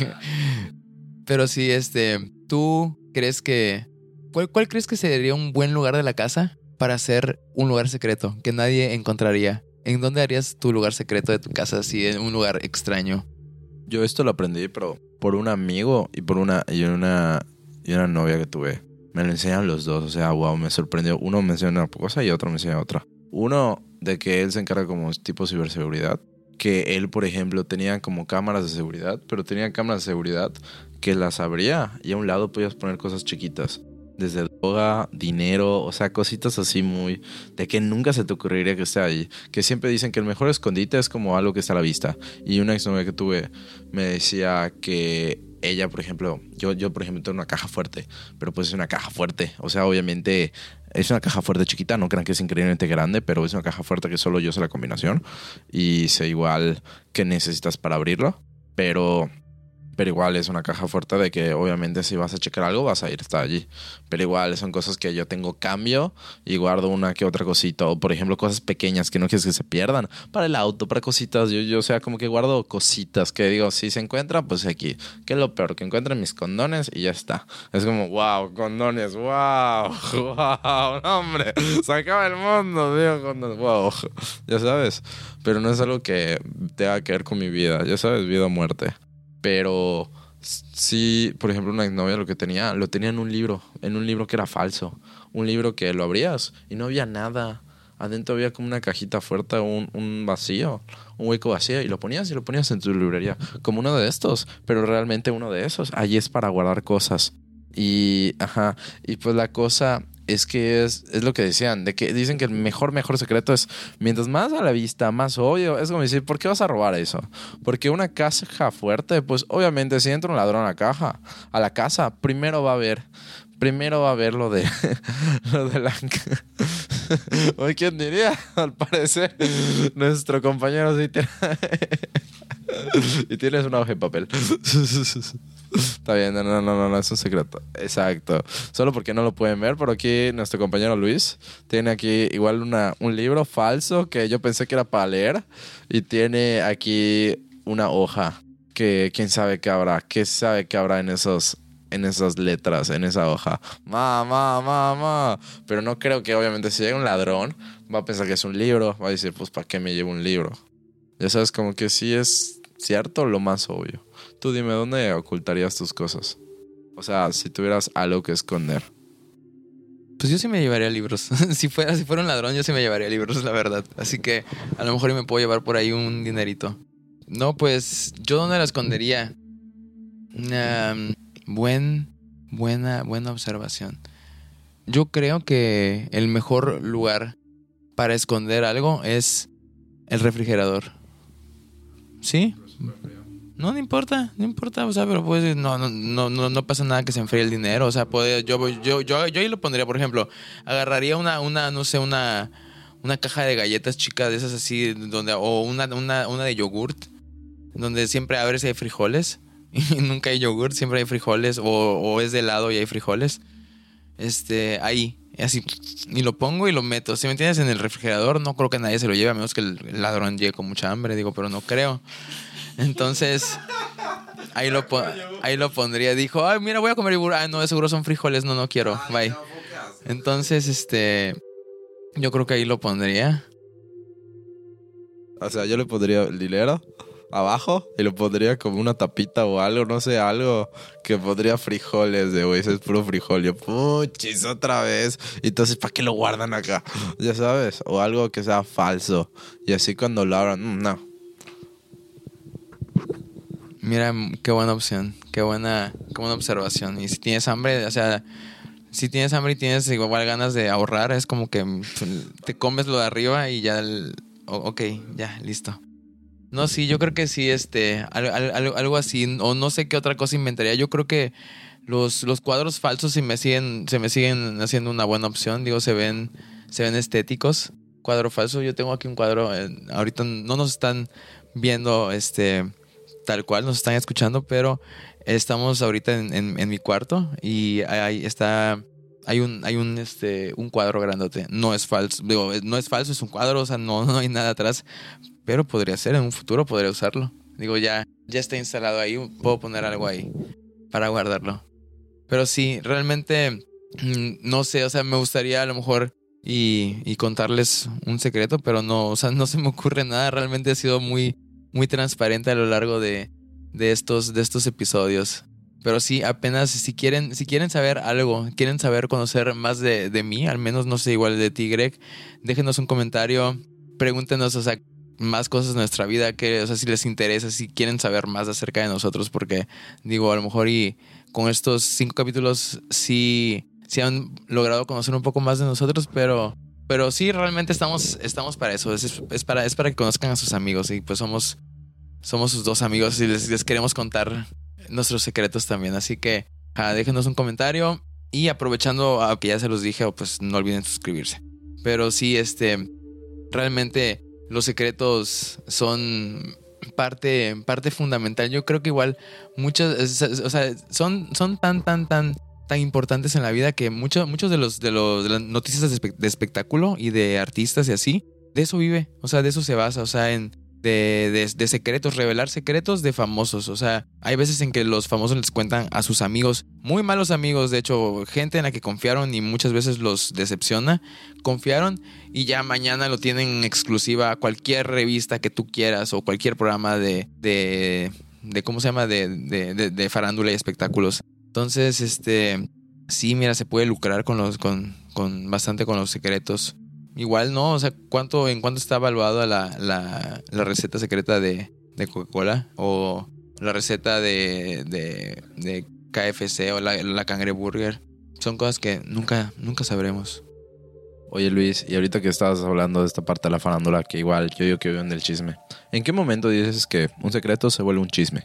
Speaker 1: Pero sí, este, ¿tú crees que... ¿Cuál, cuál crees que sería un buen lugar de la casa para hacer un lugar secreto que nadie encontraría? ¿En dónde harías tu lugar secreto de tu casa, así, en un lugar extraño?
Speaker 2: Yo esto lo aprendí, pero por un amigo y por una, y una, y una novia que tuve. Me lo enseñan los dos, o sea, wow, me sorprendió. Uno me enseña una cosa y otro me enseña otra. Uno, de que él se encarga como tipo ciberseguridad. Que él, por ejemplo, tenía como cámaras de seguridad, pero tenía cámaras de seguridad que las abría y a un lado podías poner cosas chiquitas. Desde droga, dinero, o sea, cositas así muy... de que nunca se te ocurriría que esté ahí. Que siempre dicen que el mejor escondite es como algo que está a la vista. Y una exnovia que tuve me decía que... ella, por ejemplo, yo, yo por ejemplo tengo una caja fuerte, pero pues es una caja fuerte, o sea, obviamente es una caja fuerte chiquita, no crean que es increíblemente grande, pero es una caja fuerte que solo yo sé la combinación y sé igual qué necesitas para abrirlo, pero... pero igual es una caja fuerte de que obviamente si vas a checar algo vas a ir hasta allí. Pero igual son cosas que yo tengo cambio y guardo una que otra cosita. O por ejemplo cosas pequeñas que no quieres que se pierdan. Para el auto, para cositas. Yo, yo o sea, como que guardo cositas que digo, si se encuentra, pues aquí. ¿Qué es lo peor? Que encuentren mis condones y ya está. Es como, wow, condones, wow, wow, no, hombre, se acaba el mundo, digo, condones, wow. Ya sabes. Pero no es algo que tenga que ver con mi vida. Ya sabes, vida o muerte. Pero sí, por ejemplo, una exnovia lo que tenía, lo tenía en un libro, en un libro que era falso. Un libro que lo abrías y no había nada. Adentro había como una cajita fuerte, un, un vacío, un hueco vacío. Y lo ponías y lo ponías en tu librería. Como uno de estos, pero realmente uno de esos. Allí es para guardar cosas. Y, ajá, y pues la cosa... es que es, es lo que decían, de que dicen que el mejor, mejor secreto es mientras más a la vista, más obvio. Es como decir, ¿por qué vas a robar eso? Porque una caja fuerte, pues obviamente si entra un ladrón a la caja, a la casa, primero va a ver, primero va a ver lo de, lo de la... Hoy, ¿quién diría? Al parecer, nuestro compañero sí tiene... y tienes una hoja de papel. Está bien, no, no, no, no, es un secreto. Exacto. Solo porque no lo pueden ver, pero aquí nuestro compañero Luis tiene aquí igual una, un libro falso que yo pensé que era para leer. Y tiene aquí una hoja que quién sabe qué habrá. ¿Qué sabe qué habrá en esos, en esas letras, en esa hoja? Ma, ma, ma, ma. Pero no creo que obviamente si llega un ladrón va a pensar que es un libro. Va a decir, pues, ¿para qué me llevo un libro? Ya sabes, como que sí es cierto lo más obvio. Tú dime, ¿dónde ocultarías tus cosas? O sea, si tuvieras algo que esconder.
Speaker 1: Pues yo sí me llevaría libros. si, fuera, si fuera un ladrón, yo sí me llevaría libros, la verdad. Así que a lo mejor me puedo llevar por ahí un dinerito. No, pues, ¿yo dónde la escondería? Um, buen, buena, buena observación. Yo creo que el mejor lugar para esconder algo es el refrigerador. ¿Sí? No, no importa, no importa, o sea, pero pues no, no, no, no, no pasa nada que se enfríe el dinero, o sea, puede, yo, yo, yo, yo ahí lo pondría, por ejemplo, agarraría una, una, no sé, una, una caja de galletas chicas de esas así, donde, o una, una, una de yogurt, donde siempre abres y hay frijoles, y nunca hay yogurt, siempre hay frijoles, o, o es de helado y hay frijoles, este, ahí, Y así, y lo pongo y lo meto. Si me entiendes, en el refrigerador, no creo que nadie se lo lleve, a menos que el ladrón llegue con mucha hambre, digo, pero no creo. Entonces, ahí lo, po- ahí lo pondría. Dijo, ay, mira, voy a comer yogur. Ah, no, de seguro son frijoles, no, no quiero, bye. Entonces, este, yo creo que ahí lo pondría.
Speaker 2: O sea, yo le pondría el hilero abajo y le pondría como una tapita o algo, no sé, algo que pondría frijoles de, güey, ese es puro frijol. Yo, puchis, otra vez. Y entonces, ¿para qué lo guardan acá? Ya sabes, o algo que sea falso. Y así cuando lo abran, mmm, no.
Speaker 1: Mira, qué buena opción, qué buena, qué buena observación. Y si tienes hambre, o sea, si tienes hambre y tienes igual ganas de ahorrar, es como que te comes lo de arriba y ya, el, ok, ya, listo. No, sí, yo creo que sí, este, algo, algo así, o no sé qué otra cosa inventaría. Yo creo que los, los cuadros falsos se me siguen, se me siguen haciendo una buena opción. Digo, se ven, se ven estéticos. Cuadro falso, yo tengo aquí un cuadro, eh, ahorita no nos están viendo, este, tal cual, nos están escuchando, pero estamos ahorita en, en, en mi cuarto y ahí está, hay un, hay un, este, un cuadro grandote. No es falso, digo, no es falso, es un cuadro, o sea, no, no hay nada atrás. Pero podría ser, en un futuro podría usarlo. Digo, ya, ya está instalado ahí, puedo poner algo ahí para guardarlo. Pero sí, realmente, no sé, o sea, me gustaría a lo mejor y, y contarles un secreto, pero no, o sea, no se me ocurre nada. Realmente he sido muy, muy transparente a lo largo de, de, estos, de estos episodios. Pero sí, apenas si quieren, si quieren saber algo, quieren saber, conocer más de, de mí, al menos no sé, igual de ti, Greg, déjenos un comentario, pregúntenos, o sea, más cosas de nuestra vida, que, o sea, si les interesa, si quieren saber más acerca de nosotros, porque digo, a lo mejor y con estos cinco capítulos sí, sí han logrado conocer un poco más de nosotros, pero, pero sí, realmente estamos, estamos para eso, es, es, para, es para que conozcan a sus amigos y pues somos, somos sus dos amigos y les, les queremos contar nuestros secretos también, así que ah, déjenos un comentario y aprovechando a que ya se los dije, pues no olviden suscribirse. Pero sí, este, realmente los secretos son parte, parte fundamental. Yo creo que igual muchas, o sea, son, son tan, tan, tan, tan importantes en la vida que muchos, muchos de los, de los, de las noticias de, espe- de espectáculo y de artistas y así, de eso vive, o sea, de eso se basa, o sea, en de, de, de secretos, revelar secretos de famosos. O sea, hay veces en que los famosos les cuentan a sus amigos, muy malos amigos, de hecho, gente en la que confiaron y muchas veces los decepciona. Confiaron y ya mañana lo tienen en exclusiva a cualquier revista que tú quieras o cualquier programa de, de, de ¿cómo se llama? De, de, de, de farándula y espectáculos. Entonces, este, sí, mira, se puede lucrar con los, con, con bastante con los secretos. Igual, ¿no? O sea, ¿cuánto, ¿en cuánto está evaluada la, la, la receta secreta de, de Coca-Cola? O la receta de, de, de K F C o la, la Cangreburger. Son cosas que nunca, nunca sabremos.
Speaker 2: Oye, Luis, y ahorita que estabas hablando de esta parte de la farándula, que igual yo digo que viven del chisme, ¿en qué momento dices que un secreto se vuelve un chisme?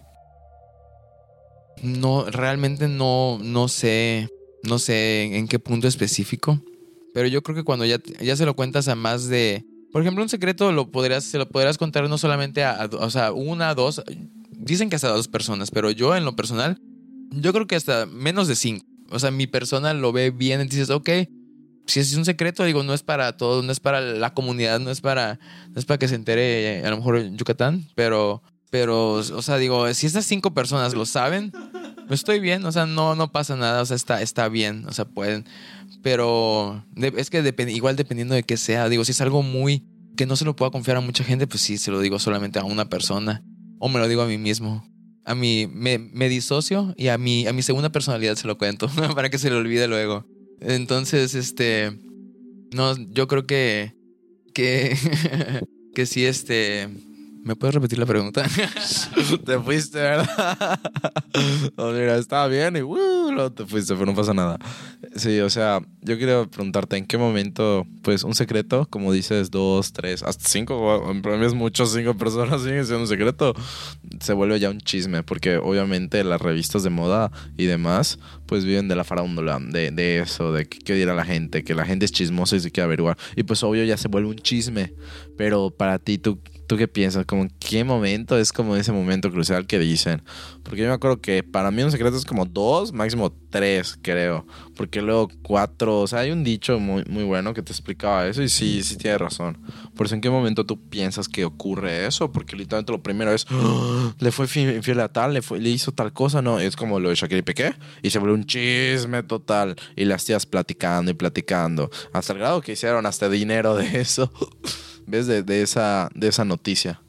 Speaker 1: No, realmente no, no sé, no sé en, en qué punto específico. Pero yo creo que cuando ya, ya se lo cuentas a más de... Por ejemplo, un secreto lo podrías, se lo podrás contar no solamente a, a... O sea, una, dos... Dicen que hasta dos personas, pero yo en lo personal, yo creo que hasta menos de cinco. O sea, mi persona lo ve bien y dices, ok, si es un secreto, digo, no es para todos, no es para la comunidad, no es para, no es para que se entere a lo mejor en Yucatán, pero, pero, o sea, digo, si estas cinco personas lo saben, estoy bien, o sea, no, no pasa nada, o sea, está, está bien, o sea, pueden... Pero es que depend, igual dependiendo de qué sea, digo, si es algo muy que no se lo pueda confiar a mucha gente, pues sí, se lo digo solamente a una persona. O me lo digo a mí mismo. A mí me, me disocio y a mi, a mi segunda personalidad se lo cuento para que se le olvide luego. Entonces, este... No, yo creo que... Que, que sí, este... ¿Me puedes repetir la pregunta?
Speaker 2: Te fuiste, ¿verdad? Oh, mira, estaba bien y uh, luego te fuiste, pero no pasa nada. Sí, o sea, yo quería preguntarte en qué momento, pues, un secreto, como dices, dos, tres, hasta cinco, para mí es mucho, cinco personas siguen siendo un secreto, se vuelve ya un chisme, porque obviamente las revistas de moda y demás, pues viven de la farándula, de, de eso, de qué dirá la gente, que la gente es chismosa y se quiere averiguar. Y pues obvio ya se vuelve un chisme, pero para ti, tú... ¿Tú qué piensas? ¿Como en qué momento es como ese momento crucial que dicen? Porque yo me acuerdo que para mí un secreto es como dos, máximo tres, creo. Porque luego cuatro, o sea, hay un dicho muy, muy bueno que te explicaba eso y sí, sí tienes razón. Por eso, ¿en qué momento tú piensas que ocurre eso? Porque literalmente lo primero es, ¡oh! Le fue infiel a tal, le, fue, le hizo tal cosa, ¿no? Es como lo de Shakira y Piqué y se volvió un chisme total y las tías platicando y platicando. Hasta el grado que hicieron hasta dinero de eso. ¿Ves? De, de, esa, de esa noticia.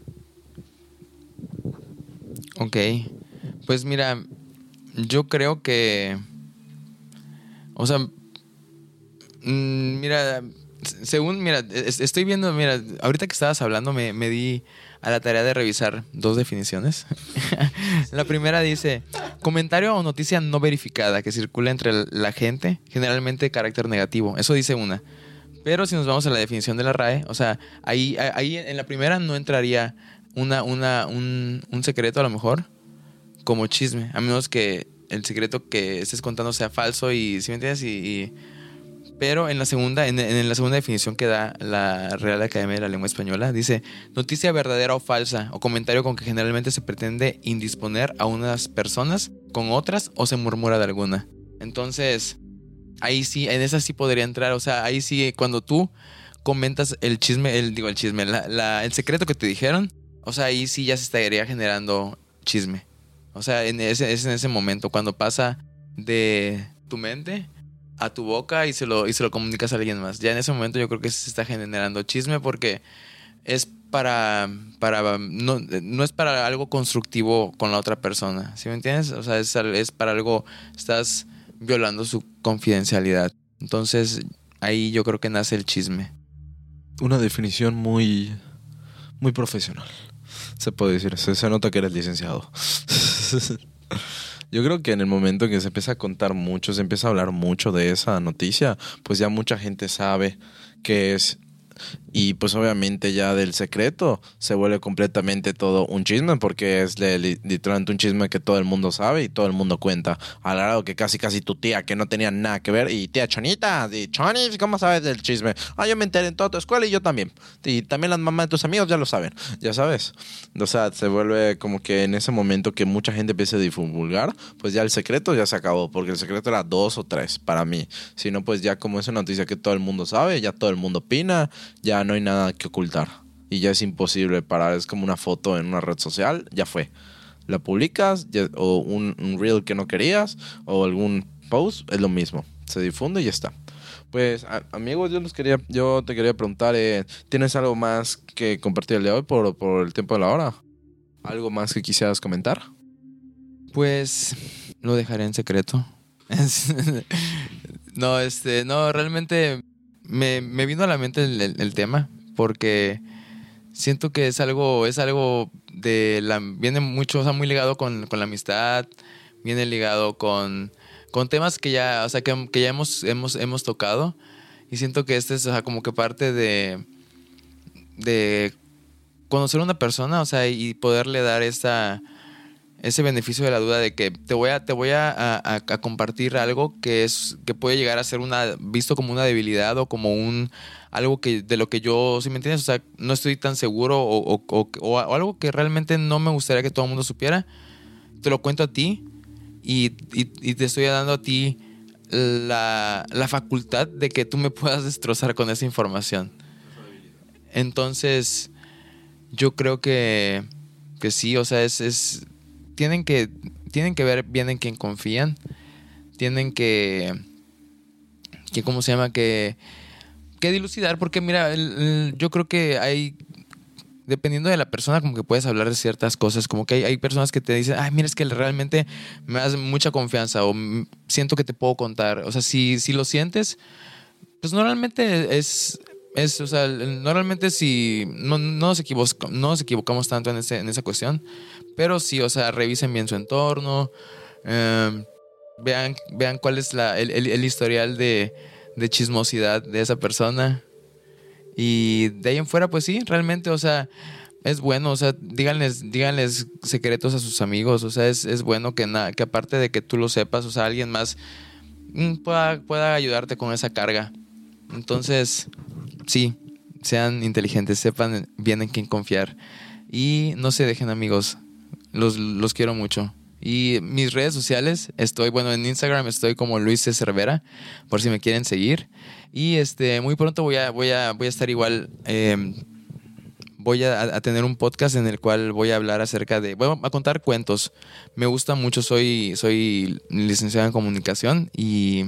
Speaker 1: Ok. Pues mira, yo creo que... O sea... Mmm, mira, según... Mira, estoy viendo... Mira, ahorita que estabas hablando me, me di a la tarea de revisar dos definiciones. La primera dice... Comentario o noticia no verificada que circula entre la gente, generalmente de carácter negativo. Eso dice una. Pero si nos vamos a la definición de la R A E, o sea, ahí, ahí en la primera no entraría una, una, un, un secreto a lo mejor como chisme, a menos que el secreto que estés contando sea falso y, ¿sí me entiendes? Y, y, pero en la segunda, en, en la segunda definición que da la Real Academia de la Lengua Española, dice noticia verdadera o falsa o comentario con que generalmente se pretende indisponer a unas personas con otras o se murmura de alguna. Entonces... ahí sí, en esa sí podría entrar. O sea, ahí sí, cuando tú comentas el chisme, el, digo el chisme, la, la, el secreto que te dijeron, o sea, ahí sí ya se estaría generando chisme. O sea, en ese, es en ese momento, cuando pasa de tu mente a tu boca y se lo, y se lo comunicas a alguien más. Ya en ese momento yo creo que se está generando chisme porque es para, para no, no es para algo constructivo con la otra persona. ¿Sí me entiendes? O sea, es, es para algo, estás violando su confidencialidad. Entonces, ahí yo creo que nace el chisme.
Speaker 2: Una definición muy, muy profesional. Se puede decir, se, se nota que eres licenciado. Yo creo que en el momento en que se empieza a contar mucho, se empieza a hablar mucho de esa noticia, pues ya mucha gente sabe que es... Y pues obviamente ya del secreto se vuelve completamente todo un chisme, porque es literalmente un chisme que todo el mundo sabe y todo el mundo cuenta, al grado que casi casi tu tía, que no tenía nada que ver, y tía Chonita, y Choni, ¿cómo sabes del chisme? Ah, yo me enteré en toda tu escuela y yo también, y también las mamás de tus amigos ya lo saben, ya sabes. O sea, se vuelve como que en ese momento que mucha gente empieza a divulgar, pues ya el secreto ya se acabó, porque el secreto era dos o tres para mí. Si no, pues ya como es una noticia que todo el mundo sabe, ya todo el mundo opina, ya no hay nada que ocultar y ya es imposible parar. Es como una foto en una red social, ya fue, la publicas ya, o un, un reel que no querías o algún post, es lo mismo, se difunde y ya está. Pues a, amigos, yo les quería yo te quería preguntar, eh, ¿tienes algo más que compartir el día de hoy por, por el tiempo de la hora? ¿Algo más que quisieras comentar?
Speaker 1: Pues lo dejaré en secreto. No, este, no, realmente me, me vino a la mente el, el, el tema porque siento que es algo, es algo de la, viene mucho, o sea, muy ligado con, con la amistad, viene ligado con, con temas que ya, o sea, que, que ya hemos, hemos, hemos tocado, y siento que este es, o sea, como que parte de, de conocer a una persona, o sea, y poderle dar esta, ese beneficio de la duda de que te voy a, te voy a, a, a compartir algo que es, que puede llegar a ser una, visto como una debilidad o como un algo que de lo que yo, ¿sí me entiendes? O sea, no estoy tan seguro o, o, o, o algo que realmente no me gustaría que todo el mundo supiera. Te lo cuento a ti y, y, y te estoy dando a ti la, la facultad de que tú me puedas destrozar con esa información. Entonces, yo creo que, que sí, o sea, es, es tienen que, tienen que ver bien en quién confían. Tienen que, que ¿cómo se llama? Que que dilucidar, porque mira, el, el, yo creo que hay, dependiendo de la persona, como que puedes hablar de ciertas cosas, como que hay, hay personas que te dicen, ay, mira, es que realmente me das mucha confianza o m- siento que te puedo contar. O sea, si, si lo sientes, pues normalmente es, es o sea, el- normalmente si no, no, nos equivoc- no nos equivocamos tanto en, ese, en esa cuestión, pero sí, o sea, revisen bien su entorno, eh, vean, vean cuál es la, el, el, el historial de de chismosidad de esa persona, y de ahí en fuera pues sí, realmente, o sea, es bueno, o sea, díganles, díganles secretos a sus amigos, o sea, es, es bueno que, na, que aparte de que tú lo sepas, o sea, alguien más mm, pueda, pueda ayudarte con esa carga. Entonces sí, sean inteligentes, sepan bien en quién confiar. Y no se dejen, amigos. Los, los quiero mucho. Y mis redes sociales, estoy, bueno, en Instagram estoy como Luis C. Cervera, por si me quieren seguir. Y este, muy pronto voy a, voy a, voy a estar igual, eh, voy a, a tener un podcast en el cual voy a hablar acerca de, voy a contar cuentos. Me gusta mucho, soy, soy licenciado en comunicación y,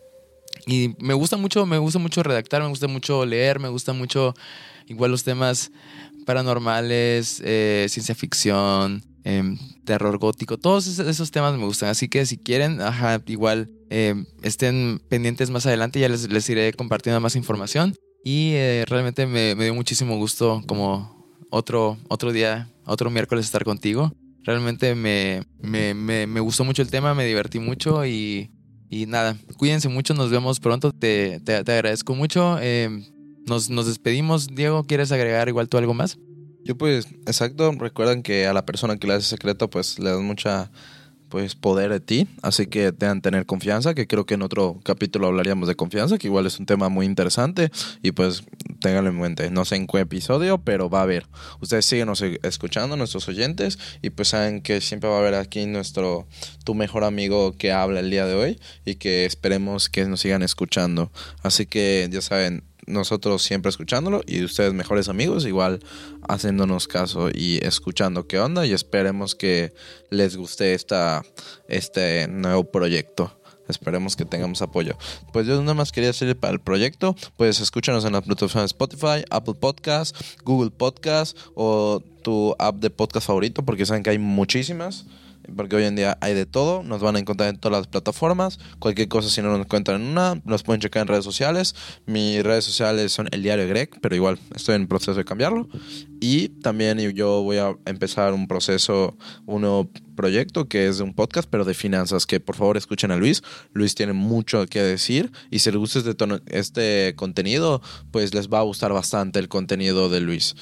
Speaker 1: y me gusta mucho, me gusta mucho redactar, me gusta mucho leer, me gusta mucho igual los temas paranormales, eh, ciencia ficción, eh, terror gótico, todos esos, esos temas me gustan. Así que si quieren, ajá, igual eh, estén pendientes más adelante, ya les, les iré compartiendo más información. Y eh, realmente me, me dio muchísimo gusto como otro, otro día, otro miércoles estar contigo. Realmente me, me, me, me gustó mucho el tema, me divertí mucho y, y nada, cuídense mucho, nos vemos pronto, te, te, te agradezco mucho. Eh, nos, nos despedimos. Diego, ¿quieres agregar igual tú algo más?
Speaker 2: Yo pues, exacto, recuerden que a la persona que le hace secreto pues le das mucha pues poder de ti, así que tengan tener confianza, que creo que en otro capítulo hablaríamos de confianza, que igual es un tema muy interesante y pues ténganlo en mente, no sé en qué episodio, pero va a haber. Ustedes síguenos escuchando, nuestros oyentes, y pues saben que siempre va a haber aquí nuestro, tu mejor amigo que habla el día de hoy y que esperemos que nos sigan escuchando. Así que ya saben, nosotros siempre escuchándolo y ustedes mejores amigos igual haciéndonos caso y escuchando qué onda, y esperemos que les guste esta, este nuevo proyecto. Esperemos que tengamos apoyo. Pues yo nada más quería decirle para el proyecto, pues escúchanos en la plataforma de Spotify, Apple Podcast, Google Podcast o tu app de podcast favorito, porque saben que hay muchísimas. Porque hoy en día hay de todo, nos van a encontrar en todas las plataformas. Cualquier cosa, si no nos encuentran en una, nos pueden checar en redes sociales. Mis redes sociales son El Diario Greg, pero igual estoy en proceso de cambiarlo. Y también yo voy a empezar un proceso, un nuevo proyecto que es de un podcast, pero de finanzas, que por favor escuchen a Luis. Luis tiene mucho que decir y si les gusta este, tono, este contenido, pues les va a gustar bastante el contenido de Luis.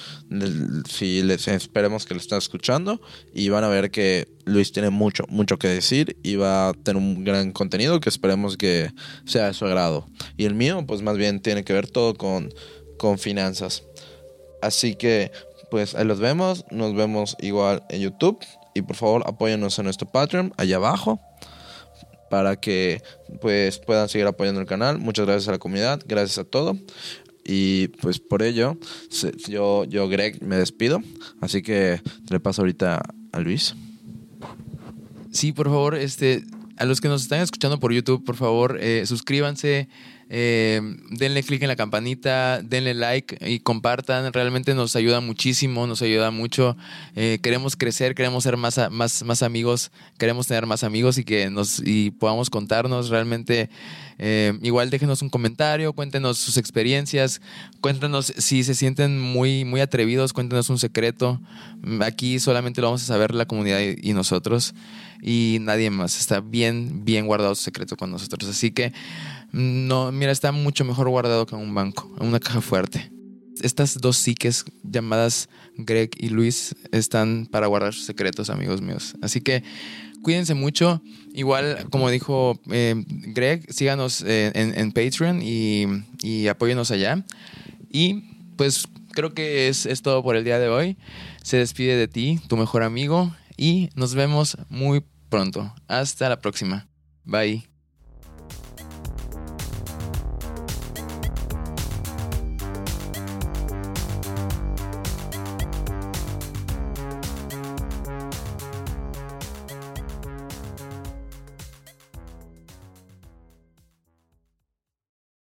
Speaker 2: Si les esperemos que lo estén escuchando y van a ver que Luis tiene mucho, mucho que decir y va a tener un gran contenido que esperemos que sea de su agrado. Y el mío, pues más bien tiene que ver todo con, con finanzas. Así que, pues ahí los vemos. Nos vemos igual en YouTube. Y por favor, apóyennos en nuestro Patreon, allá abajo, para que pues puedan seguir apoyando el canal. Muchas gracias a la comunidad, gracias a todo. Y pues por ello, yo, yo Greg, me despido. Así que le paso ahorita a Luis.
Speaker 1: Sí, por favor, este, a los que nos están escuchando por YouTube, por favor, eh, suscríbanse, eh, denle click en la campanita, denle like y compartan. Realmente nos ayuda muchísimo, nos ayuda mucho. Eh, queremos crecer, queremos ser más, más, más amigos, queremos tener más amigos y que nos y podamos contarnos. Realmente, eh, igual déjenos un comentario, cuéntenos sus experiencias, cuéntenos si se sienten muy, muy atrevidos, cuéntenos un secreto. Aquí solamente lo vamos a saber la comunidad y, y nosotros, y nadie más. Está bien, bien guardado su secreto con nosotros. Así que, no, mira, está mucho mejor guardado que en un banco, en una caja fuerte. Estas dos psiques llamadas Greg y Luis están para guardar sus secretos, amigos míos. Así que cuídense mucho. Igual, como dijo eh, Greg, síganos eh, en, en Patreon y, y apóyenos allá. Y pues creo que es, es todo por el día de hoy. Se despide de ti, tu mejor amigo, y nos vemos muy pronto. Hasta la próxima. Bye.